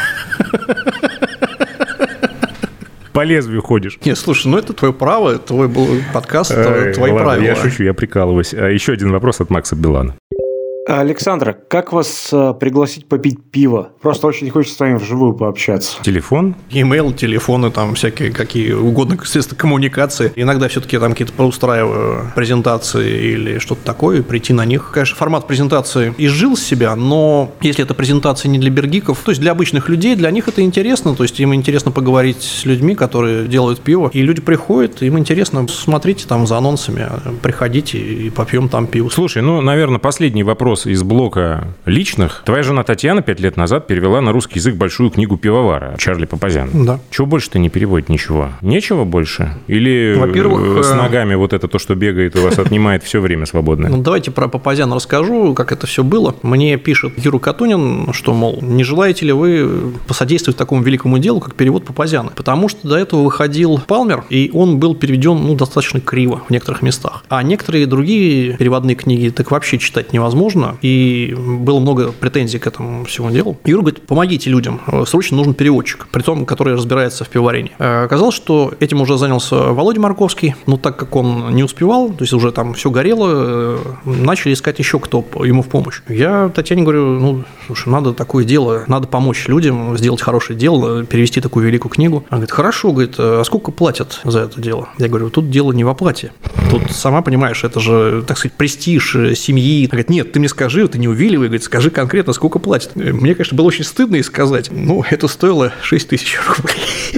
По лезвию ходишь. Нет, слушай, ну это твое право, это твой был подкаст, это твои правила. Я шучу, я прикалываюсь. Еще один вопрос от Макса Билана. Александр, как вас пригласить попить пиво? Просто очень хочется с вами вживую пообщаться. Телефон? E-mail, телефоны, там всякие какие угодно, естественно, коммуникации. Иногда все-таки там какие-то проустраиваю презентации или что-то такое, прийти на них. Конечно, формат презентации изжил себя, но если это презентация не для бергиков, то есть для обычных людей, для них это интересно, то есть им интересно поговорить с людьми, которые делают пиво, и люди приходят, им интересно, смотрите там за анонсами, приходите и попьем там пиво. Слушай, ну, наверное, последний вопрос из блока личных. Твоя жена Татьяна 5 лет назад перевела на русский язык большую книгу пивовара Чарли Папазян. Да. Чего больше-то не переводит? Ничего? Нечего больше? Или во-первых, с ногами вот это то, что бегает, у вас отнимает все время свободное? Ну, давайте про Папазяна расскажу, как это все было. Мне пишет Юра Катунин, что, мол, не желаете ли вы посодействовать такому великому делу, как перевод Папазяна? Потому что до этого выходил Палмер, и он был переведен достаточно криво в некоторых местах. А некоторые другие переводные книги так вообще читать невозможно. сложно, и было много претензий к этому всему делу. Юра говорит, помогите людям, срочно нужен переводчик, при том, который разбирается в пивоварении. Оказалось, что этим уже занялся Володя Марковский, но так как он не успевал, то есть уже там все горело, начали искать еще кто ему в помощь. Я Татьяне говорю, слушай, надо такое дело, надо помочь людям, сделать хорошее дело, перевести такую великую книгу. Она говорит, хорошо, говорит, а сколько платят за это дело? Я говорю, тут дело не в оплате. Тут, сама понимаешь, это же, так сказать, престиж семьи. Она говорит, нет, ты мне скажи, ты не увиливай, говорит, скажи конкретно, сколько платят. Мне, конечно, было очень стыдно и сказать, это стоило 6 тысяч рублей.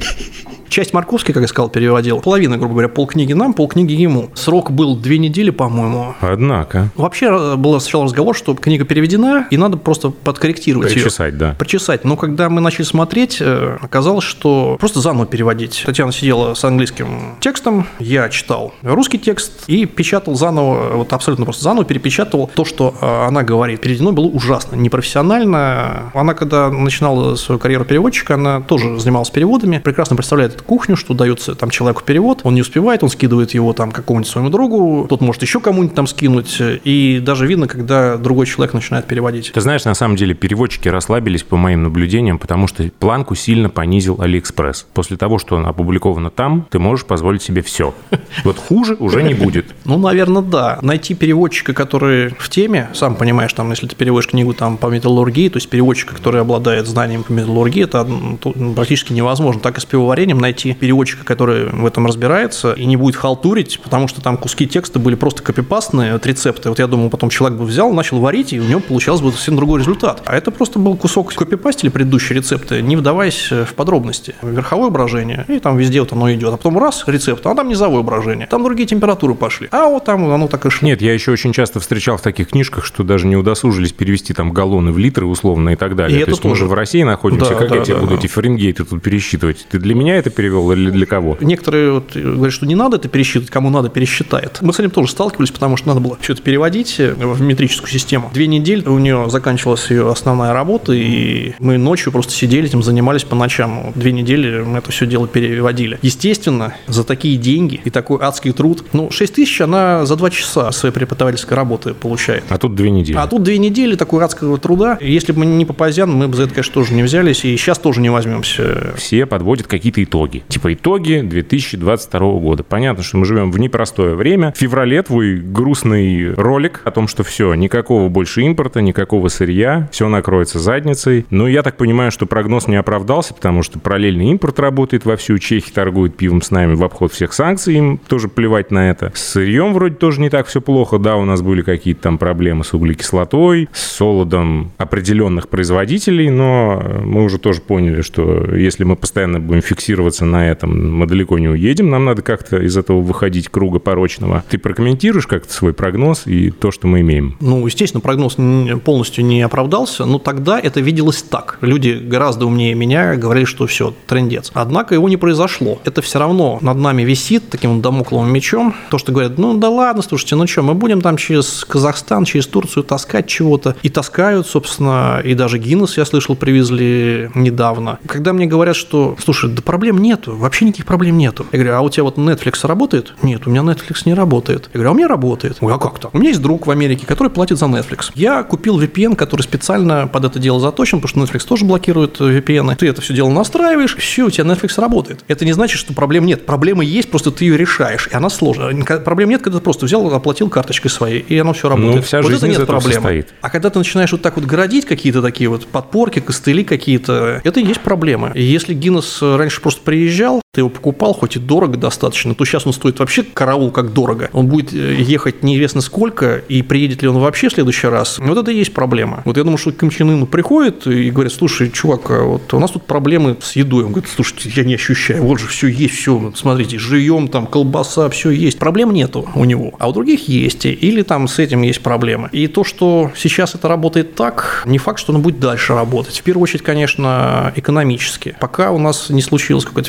Часть Марковский, как я сказал, переводил. Половина, грубо говоря, полкниги нам, полкниги ему. Срок был 2 недели, по-моему. Однако. Вообще, был сначала разговор, что книга переведена, и надо просто подкорректировать Причесать, да. Причесать. Но когда мы начали смотреть, оказалось, что просто заново переводить. Татьяна сидела с английским текстом, я читал русский текст и печатал заново, абсолютно просто заново перепечатывал то, что она говорит. Переведено было ужасно, непрофессионально. Она, когда начинала свою карьеру переводчика, она тоже занималась переводами, прекрасно представляет кухню, что дается там человеку перевод, он не успевает, он скидывает его там какому-нибудь своему другу, тот может еще кому-нибудь там скинуть, и даже видно, когда другой человек начинает переводить. Ты знаешь, на самом деле переводчики расслабились по моим наблюдениям, потому что планку сильно понизил AliExpress. После того, что опубликовано там, ты можешь позволить себе все. Вот хуже уже не будет. Наверное, да. Найти переводчика, который в теме, сам понимаешь, там, если ты переводишь книгу там по металлургии, то есть переводчика, который обладает знанием по металлургии, это практически невозможно. Так и с пивоварением найти переводчика, который в этом разбирается и не будет халтурить, потому что там куски текста были просто копипастные от рецепта. Я думаю, потом человек бы взял, начал варить, и у него получался бы совсем другой результат. А это просто был кусок копипастили предыдущие рецепты, не вдаваясь в подробности. Верховое брожение, и там везде оно идет. А потом раз, рецепт, а там низовое брожение. Там другие температуры пошли. А там оно так и шло. Нет, я еще очень часто встречал в таких книжках, что даже не удосужились перевести там галлоны в литры условно и так далее. То есть мы же в России находимся, как я тебе буду эти Фаренгейты тут пересчитывать? Ты для меня это перевел или для кого? Некоторые говорят, что не надо это пересчитывать, кому надо, пересчитает. Мы с этим тоже сталкивались, потому что надо было все это переводить в метрическую систему. 2 недели у нее заканчивалась ее основная работа, и мы ночью просто сидели этим, занимались по ночам. 2 недели мы это все дело переводили. Естественно, за такие деньги и такой адский труд, 6 тысяч она за 2 часа своей преподавательской работы получает. А тут 2 недели. А тут 2 недели такой адского труда. Если бы не Папазян, мы бы за это, конечно, тоже не взялись, и сейчас тоже не возьмемся. Все подводят какие-то итоги. Типа итоги 2022 года. Понятно, что мы живем в непростое время. В феврале твой грустный ролик о том, что все, никакого больше импорта, никакого сырья, все накроется задницей. Но я так понимаю, что прогноз не оправдался, потому что параллельный импорт работает вовсю. Чехи торгуют пивом с нами в обход всех санкций, им тоже плевать на это. С сырьем вроде тоже не так все плохо. Да, у нас были какие-то там проблемы с углекислотой, с солодом определенных производителей, но мы уже тоже поняли, что если мы постоянно будем фиксироваться на этом, мы далеко не уедем, нам надо как-то из этого выходить круга порочного. Ты прокомментируешь как-то свой прогноз и то, что мы имеем? Естественно, прогноз полностью не оправдался, но тогда это виделось так. Люди гораздо умнее меня говорили, что все, трындец. Однако его не произошло. Это все равно над нами висит таким дамокловым мечом. То, что говорят, да ладно, слушайте, что, мы будем там через Казахстан, через Турцию таскать чего-то. И таскают, собственно, и даже Гиннес, я слышал, привезли недавно. Когда мне говорят, что, слушай, да проблем нету, вообще никаких проблем нету. Я говорю, а у тебя Netflix работает? Нет, у меня Netflix не работает. Я говорю, а у меня работает. Я говорю, а как так? У меня есть друг в Америке, который платит за Netflix. Я купил VPN, который специально под это дело заточен, потому что Netflix тоже блокирует VPN. Ты это все дело настраиваешь, все, у тебя Netflix работает. Это не значит, что проблем нет. Проблема есть, просто ты ее решаешь, и она сложная. Проблем нет, когда ты просто взял, оплатил карточкой своей, и оно все работает. Вся жизнь это нет проблем. Состоит. А когда ты начинаешь вот так вот городить какие-то такие вот подпорки, костыли какие-то, это и есть проблема. И если Гиннес раньше просто приезжал, ты его покупал, хоть и дорого достаточно, то сейчас он стоит вообще караул как дорого. Он будет ехать неизвестно сколько, и приедет ли он вообще в следующий раз. Вот это и есть проблема. Вот я думаю, что Ким Чен Ын приходит и говорит, слушай, чувак, вот у нас тут проблемы с едой. Он говорит, слушайте, я не ощущаю, вот же все есть, все, смотрите, живьем, там, колбаса, все есть. Проблем нету у него, а у других есть, или там с этим есть проблемы. И то, что сейчас это работает так, не факт, что оно будет дальше работать. В первую очередь, конечно, экономически. Пока у нас не случилась какая-то финансовая катастрофа,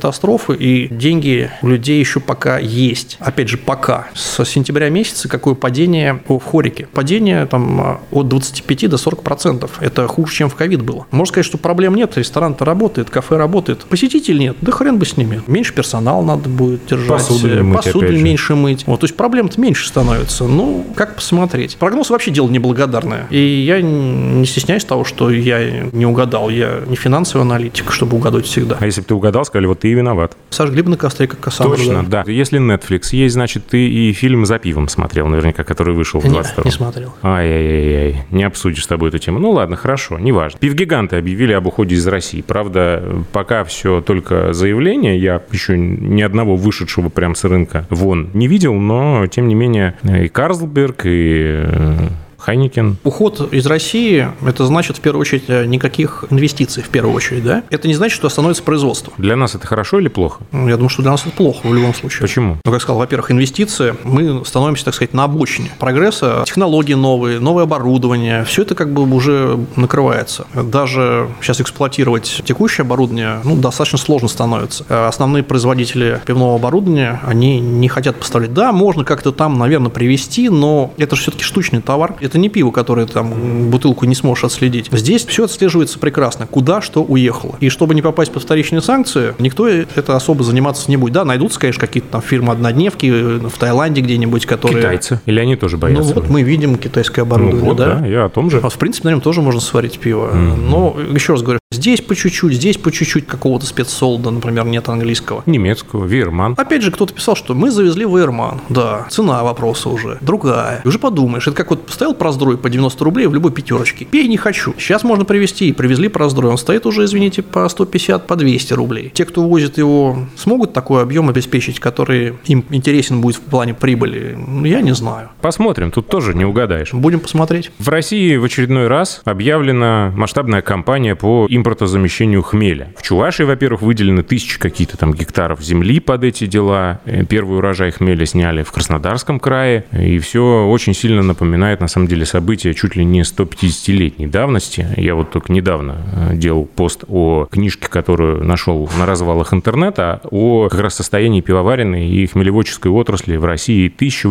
катастрофы, и деньги у людей еще пока есть. Опять же, пока. С сентября месяца какое падение в хорике? Падение там от 25 до 40%. Это хуже, чем в ковид было. Можно сказать, что проблем нет, ресторан-то работает, кафе работает. Посетителей нет, да хрен бы с ними. Меньше персонала надо будет держать, посуду меньше мыть. Вот, то есть проблем-то меньше становится. Ну, как посмотреть. Прогноз вообще дело неблагодарное. И я не стесняюсь того, что я не угадал. Я не финансовый аналитик, чтобы угадывать всегда. А если бы ты угадал, сказали, вот ты и виноват. Сожгли бы на костре, как Кассандру. Точно, да. Если Netflix есть, значит, ты и фильм «За пивом» смотрел, наверняка, который вышел в 22-м. Не смотрел. Ай-яй-яй, не обсудишь с тобой эту тему. Ну ладно, хорошо, неважно. Пивгиганты объявили об уходе из России. Правда, пока все только заявление. Я еще ни одного вышедшего прям с рынка вон не видел, но, тем не менее, и Карлсберг, и Хайникен. Уход из России, это значит, в первую очередь, никаких инвестиций, в первую очередь, да? Это не значит, что остановится производство. Для нас это хорошо или плохо? Я думаю, что для нас это плохо в любом случае. Почему? Ну, как сказал, во-первых, инвестиции, мы становимся, так сказать, на обочине прогресса, технологии новые, новое оборудование, все это как бы уже накрывается. Даже сейчас эксплуатировать текущее оборудование, достаточно сложно становится. Основные производители пивного оборудования, они не хотят поставлять. Да, можно как-то там, наверное, привезти, но это же все-таки штучный товар. Это не пиво, которое там бутылку не сможешь отследить. Здесь все отслеживается прекрасно, куда что уехало. И чтобы не попасть под вторичные санкции, никто это особо заниматься не будет. Да, найдутся, конечно, какие-то там фирмы-однодневки в Таиланде где-нибудь, которые... Китайцы? Или они тоже боятся? Ну вот мы видим китайское оборудование, да, я о том же. А в принципе, на нем тоже можно сварить пиво. Но, еще раз говорю, здесь по чуть-чуть какого-то спецсолода, например, нет английского. Немецкого, Вейерман. Опять же, кто-то писал, что мы завезли Вейерман. Да, цена вопроса уже другая. И уже подумаешь, это как вот поставил Проздрой по 90 рублей в любой пятерочке. Пей не хочу. Сейчас можно привезти. Привезли Проздрой. Он стоит уже, извините, по 150, по 200 рублей. Те, кто возит его, смогут такой объем обеспечить, который им интересен будет в плане прибыли? Я не знаю. Посмотрим. Тут тоже не угадаешь. Будем посмотреть. В России в очередной раз объявлена масштабная кампания по импортозамещению хмеля. В Чувашии, во-первых, выделены 1000 какие-то там гектаров земли под эти дела. Первый урожай хмеля сняли в Краснодарском крае. И все очень сильно напоминает, на самом деле, события чуть ли не 150-летней давности. Я вот только недавно делал пост о книжке, которую нашел на развалах интернета, о как раз состоянии пивоваренной и хмелеводческой отрасли в России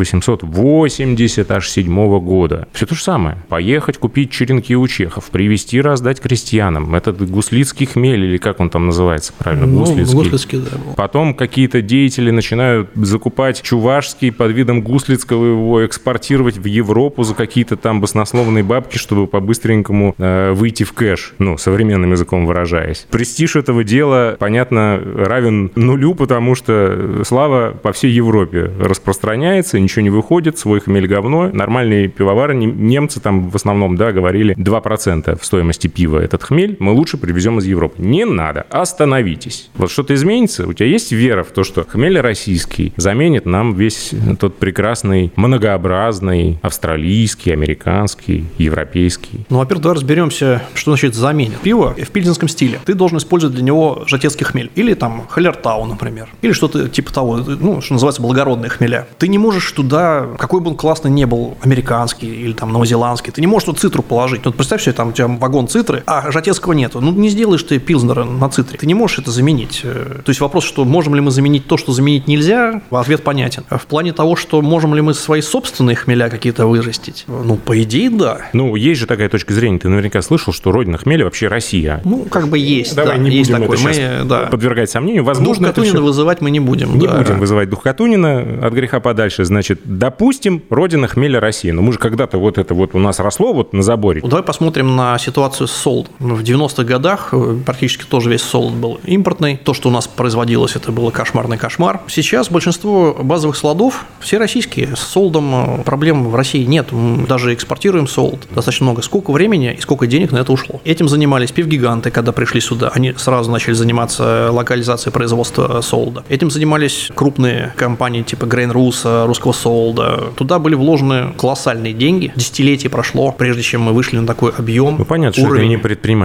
1887 года. Все то же самое. Поехать купить черенки у чехов, привезти, раздать крестьянам. Этот гуслицкий хмель, или как он там называется правильно? Гуслицкий, да. Потом какие-то деятели начинают закупать чувашский под видом гуслицкого, его экспортировать в Европу за какие-то там баснословные бабки, чтобы по-быстренькому выйти в кэш, современным языком выражаясь. Престиж этого дела, понятно, равен нулю, потому что слава по всей Европе распространяется, ничего не выходит, свой хмель говно. Нормальные пивовары, немцы там в основном, говорили, 2% в стоимости пива этот хмель мы лучше привезем из Европы. Не надо, остановитесь. Вот что-то изменится? У тебя есть вера в то, что хмель российский заменит нам весь тот прекрасный, многообразный австралийский, американский, европейский? Во-первых, давай разберемся, что значит заменит. Пиво в пильзенском стиле. Ты должен использовать для него жатецкий хмель. Или там Халлертау, например. Или что-то типа того, что называется благородные хмеля. Ты не можешь туда, какой бы он классный ни был, американский или там новозеландский, ты не можешь туда цитру положить. Вот представь себе, там у тебя вагон цитры, а жатецкого нету. Не сделаешь ты пилзнера на цитре. Ты не можешь это заменить. То есть вопрос, что можем ли мы заменить то, что заменить нельзя, ответ понятен. В плане того, что можем ли мы свои собственные хмеля какие-то вырастить, по идее, да. Есть же такая точка зрения. Ты наверняка слышал, что родина хмеля вообще Россия. Есть. Давай не есть будем такое. это подвергать сомнению. Возможно, дух Катунина вызывать мы не будем. Не будем вызывать дух Катунина от греха подальше. Значит, допустим, родина хмеля Россия. Но мы же когда-то у нас росло на заборе. Давай посмотрим на ситуацию с солодом. В 90-х годах практически тоже весь солод был импортный. То, что у нас производилось, это было кошмарный кошмар. Сейчас большинство базовых солодов все российские. С солодом проблем в России нет. Мы даже экспортируем солод достаточно много. Сколько времени и сколько денег на это ушло. Этим занимались пивгиганты, когда пришли сюда. Они сразу начали заниматься локализацией производства солода. Этим занимались крупные компании типа Grain Rus, русского солода. Туда были вложены колоссальные деньги. Десятилетие прошло, прежде чем мы вышли на такой объем. Понятно, что это не предпринимательский уровень.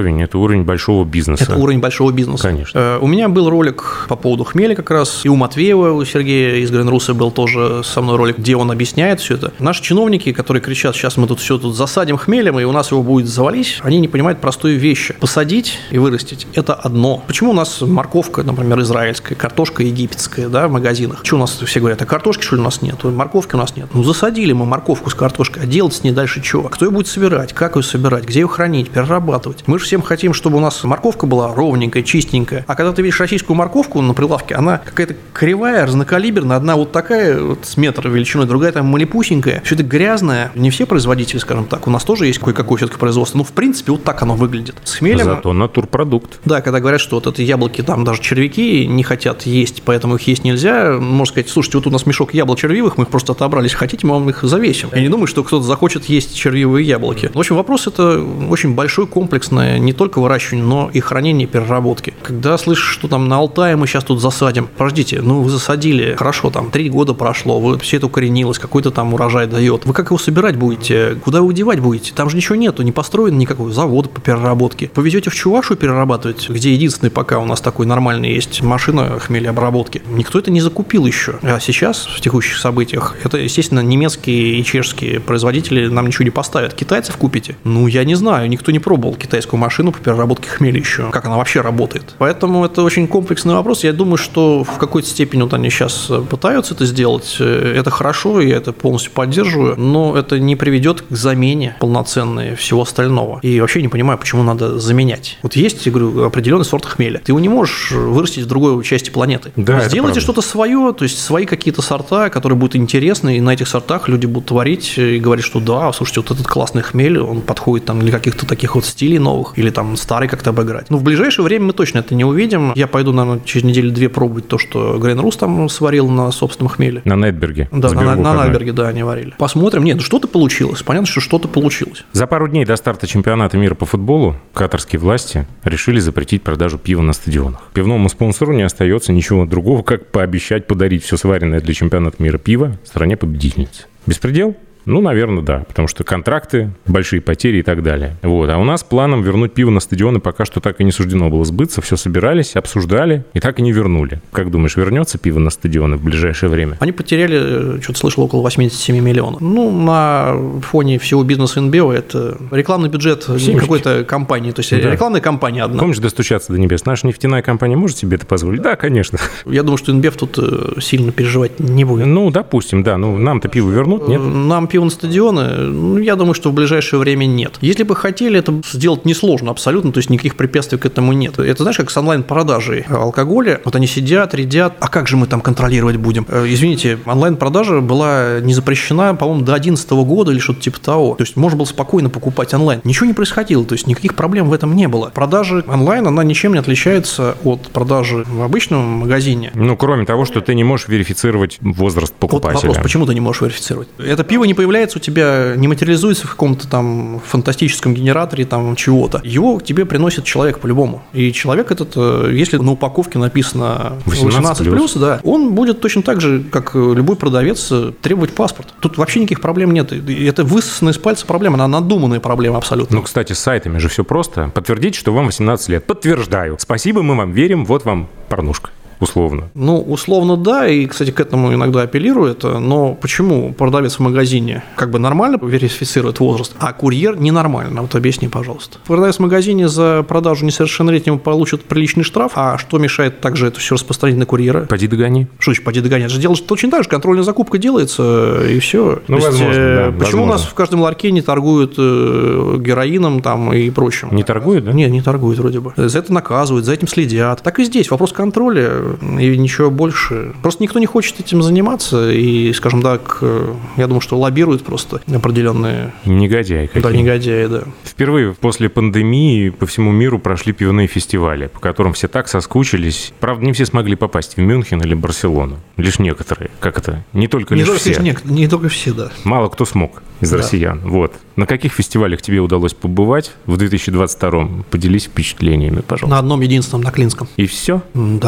уровень, это уровень большого бизнеса. Это уровень большого бизнеса. Конечно. У меня был ролик по поводу хмеля как раз, и у Матвеева, у Сергея из Гринруса был тоже со мной ролик, где он объясняет все это. Наши чиновники, которые кричат, сейчас мы тут все тут засадим хмелем, и у нас его будет завались, они не понимают простую вещь. Посадить и вырастить – это одно. Почему у нас морковка, например, израильская, картошка египетская, да, в магазинах? Что у нас все говорят, а картошки, что ли, у нас нет? Морковки у нас нет. Ну, засадили мы морковку с картошкой, а делать с ней дальше чего? Кто ее будет собирать? Как ее собирать? Где ее хранить? Перерабатывать? Мы же всем хотим, чтобы у нас морковка была ровненькая, чистенькая. А когда ты видишь российскую морковку на прилавке, она какая-то кривая, разнокалиберная, одна вот такая вот с метр величиной, другая там малепусенькая. Все это грязное. Не все производители, скажем так. У нас тоже есть кое-какое все-таки производство. Ну, в принципе, вот так оно выглядит. С хмелем. Зато натурпродукт. Да, когда говорят, что вот это яблоки, там даже червяки не хотят есть, поэтому их есть нельзя, можно сказать, слушайте, вот у нас мешок яблок червивых, мы их просто отобрали, если хотите, мы вам их завесим. Я не думаю, что кто-то захочет есть червивые яблоки. В общем, вопрос это очень большой, комплексный, не только выращивание, но и хранение, и переработки. Когда слышишь, что там на Алтае мы сейчас тут засадим, подождите, ну вы засадили, хорошо, там 3 года прошло, вы все это укоренилось, какой-то там урожай дает. Вы как его собирать будете? Куда вы девать будете? Там же ничего нету, не построен никакой завод по переработке. Повезете в Чувашу перерабатывать, где единственный пока у нас такой нормальный есть машина хмелеобработки. Никто это не закупил еще. А сейчас, в текущих событиях, это, естественно, немецкие и чешские производители нам ничего не поставят. Китайцев купите? Ну, я не знаю, никто не пробовал китайскую машину по переработке хмеля еще. Как она вообще работает? Поэтому это очень комплексный вопрос. Я думаю, что в какой-то степени вот они сейчас пытаются это сделать. Это хорошо, я это полностью поддерживаю, но это не приведет к замене полноценной всего остального. И вообще не понимаю, почему надо заменять. Вот есть, я говорю, определенный сорт хмеля. Ты его не можешь вырастить в другой части планеты. Да, сделайте что-то свое, то есть свои какие-то сорта, которые будут интересны, и на этих сортах люди будут творить и говорить, что да, слушайте, вот этот классный хмель, он подходит там для каких-то таких вот стилей новых, или там старый как-то обыграть. Но в ближайшее время мы точно это не увидим. Я пойду, наверное, через неделю-две пробовать то, что Гринрус там сварил на собственном хмеле. На Найтберге. Да, на Найтберге, да, они варили. Посмотрим. Нет, что-то получилось. Понятно, что что-то получилось. За пару дней до старта чемпионата мира по футболу катарские власти решили запретить продажу пива на стадионах. Пивному спонсору не остается ничего другого, как пообещать подарить все сваренное для чемпионата мира пиво стране-победительнице. Беспредел? Ну, наверное, да, потому что контракты, большие потери и так далее. Вот. А у нас планом вернуть пиво на стадионы пока что так и не суждено было сбыться. Все собирались, обсуждали и так и не вернули. Как думаешь, вернется пиво на стадионы в ближайшее время? Они потеряли, что-то слышал, около 87 миллионов. Ну, на фоне всего бизнеса НБО это рекламный бюджет какой-то компании. То есть да. Рекламная компания одна. Помнишь «Достучаться до небес»? Наша нефтяная компания может себе это позволить? Да, конечно. Я думаю, что НБФ тут сильно переживать не будет. Ну, допустим, да. Ну, нам-то пиво вернут, нет? Нам пиво на стадионы, ну, я думаю, что в ближайшее время нет. Если бы хотели, это сделать несложно абсолютно, то есть никаких препятствий к этому нет. Это знаешь, как с онлайн-продажей алкоголя. Вот они сидят, рядят, а как же мы там контролировать будем? Извините, онлайн-продажа была не запрещена, по-моему, до 2011 года или что-то типа того. То есть можно было спокойно покупать онлайн. Ничего не происходило, то есть никаких проблем в этом не было. Продажа онлайн, она ничем не отличается от продажи в обычном магазине. Ну, кроме того, что ты не можешь верифицировать возраст покупателя. Вот вопрос, почему ты не можешь верифицировать? Это пиво не появляется у тебя, не материализуется в каком-то там фантастическом генераторе там чего-то. Его к тебе приносит человек по-любому. И человек этот, если на упаковке написано 18+, да, он будет точно так же, как любой продавец, требовать паспорт. Тут вообще никаких проблем нет. Это высосанная из пальца проблема, она надуманная проблема абсолютно. Ну, кстати, с сайтами же все просто. Подтвердите, что вам 18 лет. Подтверждаю. Спасибо, мы вам верим, вот вам порнушка. Условно. Ну, условно, да, и, кстати, к этому иногда апеллирует, но почему продавец в магазине как бы нормально верифицирует возраст, а курьер ненормально? Вот объясни, пожалуйста. Продавец в магазине за продажу несовершеннолетнему получит приличный штраф, а что мешает также это все распространить на курьера? Поди догони. Что значит поди догони? Это же делается точно так же, контрольная закупка делается, и все. Ну, возможно, да. Почему у нас в каждом ларьке не торгуют героином там и прочим? Не торгуют, да? Нет, не торгуют вроде бы. За это наказывают, за этим следят. Так и здесь вопрос контроля. И ничего больше. Просто никто не хочет этим заниматься, и, скажем так, я думаю, что лоббируют просто определенные... Негодяи какие-то. Да, негодяи, да. Впервые после пандемии по всему миру прошли пивные фестивали, по которым все так соскучились. Правда, не все смогли попасть в Мюнхен или Барселону. Лишь некоторые. Как это? Не только лишь все. Не только все, да. Мало кто смог из россиян. Вот. На каких фестивалях тебе удалось побывать в 2022-м? Поделись впечатлениями, пожалуйста. На одном единственном, на Клинском. И все? Да.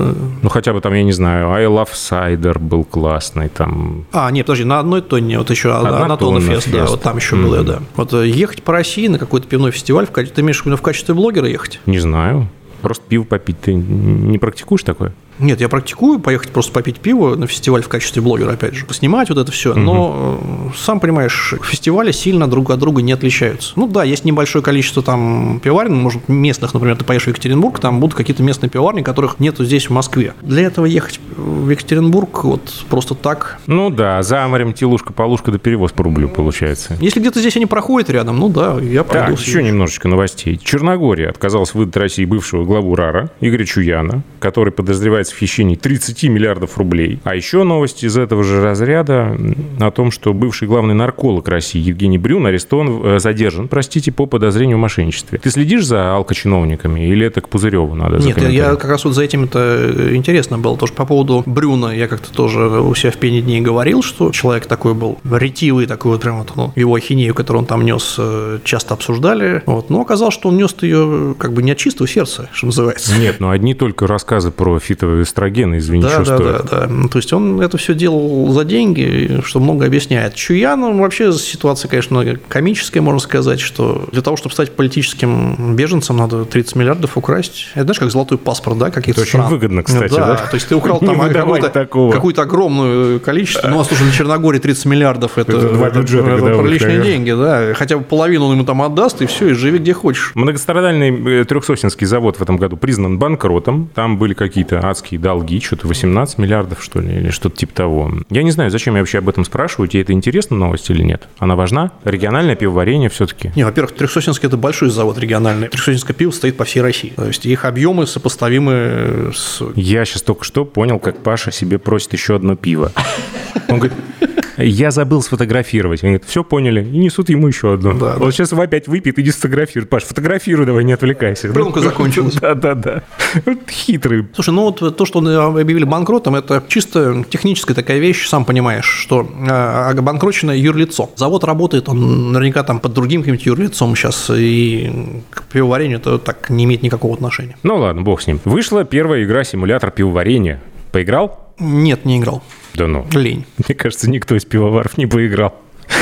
Ну, хотя бы там, я не знаю, I Love Cider был классный там. Нет, подожди, на одной тонне, вот еще Однотонный фест, да, вот там еще было, да. Вот ехать по России на какой-то пивной фестиваль, ты имеешь в виду в качестве блогера ехать? Не знаю. Просто пиво попить. Ты не практикуешь такое? Нет, я практикую поехать просто попить пиво на фестиваль в качестве блогера, опять же, поснимать вот это все. Но, сам понимаешь, фестивали сильно друг от друга не отличаются. Ну да, есть небольшое количество там пивоварен, может, местных, например, ты поедешь в Екатеринбург, там будут какие-то местные пивоварни, которых нету здесь, в Москве. Для этого ехать в Екатеринбург вот просто так. Ну да, за морем телушка-полушка, да перевоз по рублю получается. Если где-то здесь они проходят рядом, ну да, я пойду. Так, еще немножечко новостей. Черногория отказалась выдать России бывшего главу РАРа Игоря Чуяна, который подозревается в хищении 30 миллиардов рублей. А еще новость из этого же разряда о том, что бывший главный нарколог России Евгений Брюн задержан по подозрению в мошенничестве. Ты следишь за алкочиновниками или это к Пузыреву надо? Нет, я как раз вот за этим это интересно было. Потому что по поводу Брюна я как-то тоже у себя в пене дней говорил, что человек такой был ретивый, такой вот прям вот, его ахинею, которую он там нес, часто обсуждали. Вот. Но оказалось, что он нес ее как бы не от чистого сердца, что называется. Нет, но одни только рассказы про фитоэстрогены, извини, что стоит. Да. То есть он это все делал за деньги, что много объясняет. Чуян, вообще ситуация, конечно, комическая, можно сказать, что для того, чтобы стать политическим беженцем, надо 30 миллиардов украсть. Это знаешь, как золотой паспорт, да, каких-то стран. Это очень выгодно, кстати, да? То есть ты украл там какое-то огромное количество. Ну, а слушай, на Черногории 30 миллиардов это 2 бюджета приличные деньги, да. Хотя бы половину он ему там отдаст, и все, и живи где хочешь. Многострадальный Трехсосинский завод в этом году признан банкротом. Там были какие-то адские долги, что-то 18 миллиардов, что ли, или что-то типа того. Я не знаю, зачем я вообще об этом спрашиваю. Тебе это интересна новость или нет? Она важна? Региональное пивоварение все-таки? Не, во-первых, Трехсосинский – это большой завод региональный. Трехсосинское пиво стоит по всей России. То есть их объемы сопоставимы с... Я сейчас только что понял, как Паша себе просит еще одно пиво. Он говорит... Я забыл сфотографировать. Они говорят, все поняли, и несут ему еще одно. Да, вот сейчас опять выпьет и не сфотографирует. Паш, фотографируй давай, не отвлекайся. Пленка закончилась. Да. Вот хитрый. Слушай, ну вот то, что объявили банкротом, это чисто техническая такая вещь, сам понимаешь, что обанкроченное юрлицо. Завод работает, он наверняка там под другим каким-то юрлицом сейчас, и к пивоварению это так не имеет никакого отношения. Ну ладно, бог с ним. Вышла первая игра-симулятор пивоварения. Поиграл? Нет, не играл. Да ну. Лень. Мне кажется, никто из пивоваров не поиграл.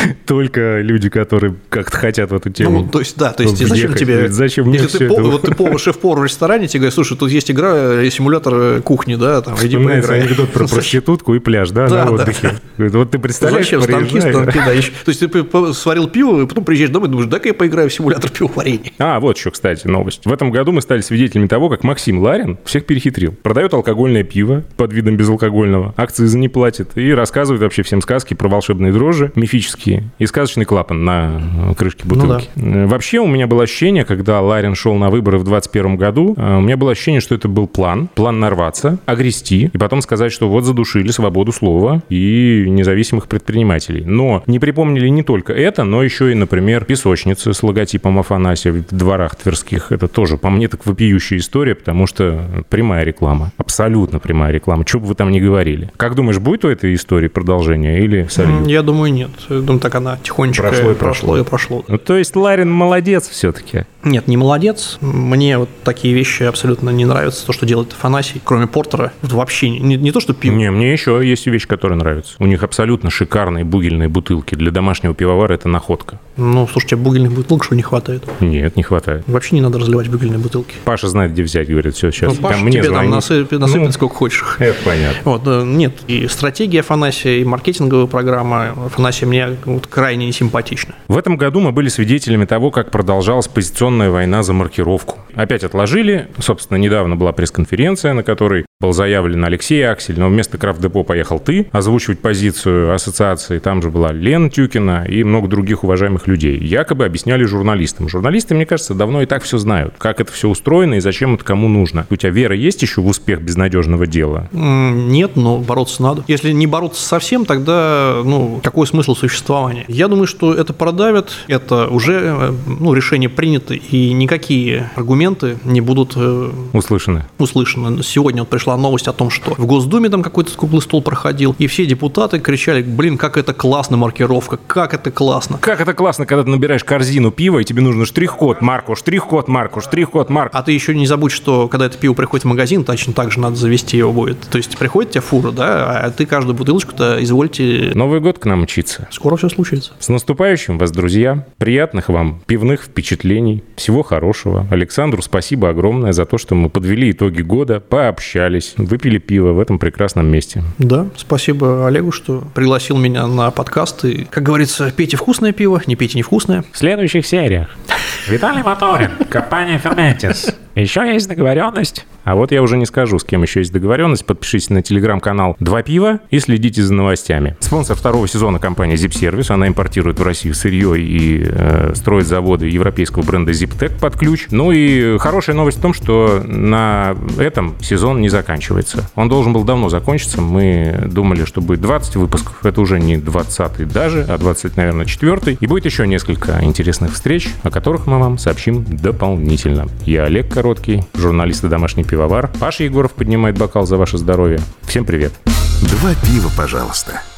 Только люди, которые как-то хотят в эту тему. Ну, то есть, да, то есть, зачем тебе... Зачем мне если ты повар, шеф-повар в ресторане, тебе говорят, слушай, тут есть игра, симулятор кухни, да, там, иди поиграй. Анекдот про проститутку и пляж, да, на отдыхе. Вот ты представляешь, зачем станки, да. То есть, ты сварил пиво, и потом приезжаешь домой и думаешь, дай-ка я поиграю в симулятор пивоварения. Вот еще, кстати, новость. В этом году мы стали свидетелями того, как Максим Ларин всех перехитрил. Продает алкогольное пиво под видом безалкогольного, акцизы не платит и рассказывает вообще всем сказки про волшебные дрожжи, мифические, и сказочный клапан на крышке бутылки. Ну, да. Вообще у меня было ощущение, когда Ларин шел на выборы в 2021 году, у меня было ощущение, что это был план нарваться, огрести, и потом сказать, что вот задушили свободу слова и независимых предпринимателей. Но не припомнили не только это, но еще и, например, песочницы с логотипом Афанасия в дворах тверских. Это тоже, по мне, так вопиющая история, потому что прямая реклама. Абсолютно прямая реклама. Что бы вы там ни говорили. Как думаешь, будет у этой истории продолжение или сольют? Я думаю, нет. Я думаю, так она тихонечко прошло. Ну, то есть Ларин молодец все-таки? Нет, не молодец. Мне вот такие вещи абсолютно не нравятся. То, что делает Афанасий, кроме портера, вообще не то, что пиво. Не, мне еще есть вещь, которая нравится. У них абсолютно шикарные бугельные бутылки. Для домашнего пивовара это находка. Ну, слушай, тебе бугельных бутылок что не хватает? Нет, не хватает. Вообще не надо разливать бугельные бутылки. Паша знает, где взять, говорит, все, сейчас. Ну, Паша тебе там насыпет сколько хочешь. Это понятно. Вот, нет, и стратегия Афанасия, и маркетинговая программа Афанасия мне вот крайне несимпатична. В этом году мы были свидетелями того, как продолжалась позиционная война за маркировку. Опять отложили. Собственно, недавно была пресс-конференция, на которой был заявлен Алексей Аксель, но вместо Крафт-депо поехал ты озвучивать позицию ассоциации. Там же была Лена Тюкина и много других уважаемых людей. Якобы объясняли журналистам. Журналисты, мне кажется, давно и так все знают, как это все устроено и зачем это кому нужно. У тебя вера есть еще в успех безнадежного дела? Нет, но бороться надо. Если не бороться совсем, тогда, какой смысл существования? Я думаю, что это продавят, это уже решение принято, и никакие аргументы не будут услышаны. Сегодня вот пришла новость о том, что в Госдуме там какой-то круглый стол проходил, и все депутаты кричали, как это классно маркировка, как это классно. Как это классно. опасно, когда ты набираешь корзину пива, и тебе нужно штрих-код марку, штрих-код марку, штрих-код марку. А ты еще не забудь, что когда это пиво приходит в магазин, точно так же надо завести его будет. То есть приходит тебе фура, да, а ты каждую бутылочку-то извольте... Новый год к нам мчится. Скоро все случится. С наступающим вас, друзья. Приятных вам пивных впечатлений. Всего хорошего. Александру спасибо огромное за то, что мы подвели итоги года, пообщались, выпили пиво в этом прекрасном месте. Да, спасибо Олегу, что пригласил меня на подкаст. И, как говорится, пейте вкусное пиво, не пейте невкусное. В следующих сериях. Виталий Моторин, компания Fermentis. Еще есть договоренность. А вот я уже не скажу, с кем еще есть договоренность. Подпишитесь на телеграм-канал «Два пива» и следите за новостями. Спонсор второго сезона компания ZipService. Она импортирует в Россию сырье и строит заводы европейского бренда ZipTech под ключ. Ну и хорошая новость в том, что на этом сезон не заканчивается. Он должен был давно закончиться. Мы думали, что будет 20 выпусков. Это уже не 20-й даже, а 20, наверное, 4-й. И будет еще несколько интересных встреч, о которых мы вам сообщим дополнительно. Я Олег Короткий, журналист и домашний пивовар. Паша Егоров поднимает бокал за ваше здоровье. Всем привет. Два пива, пожалуйста.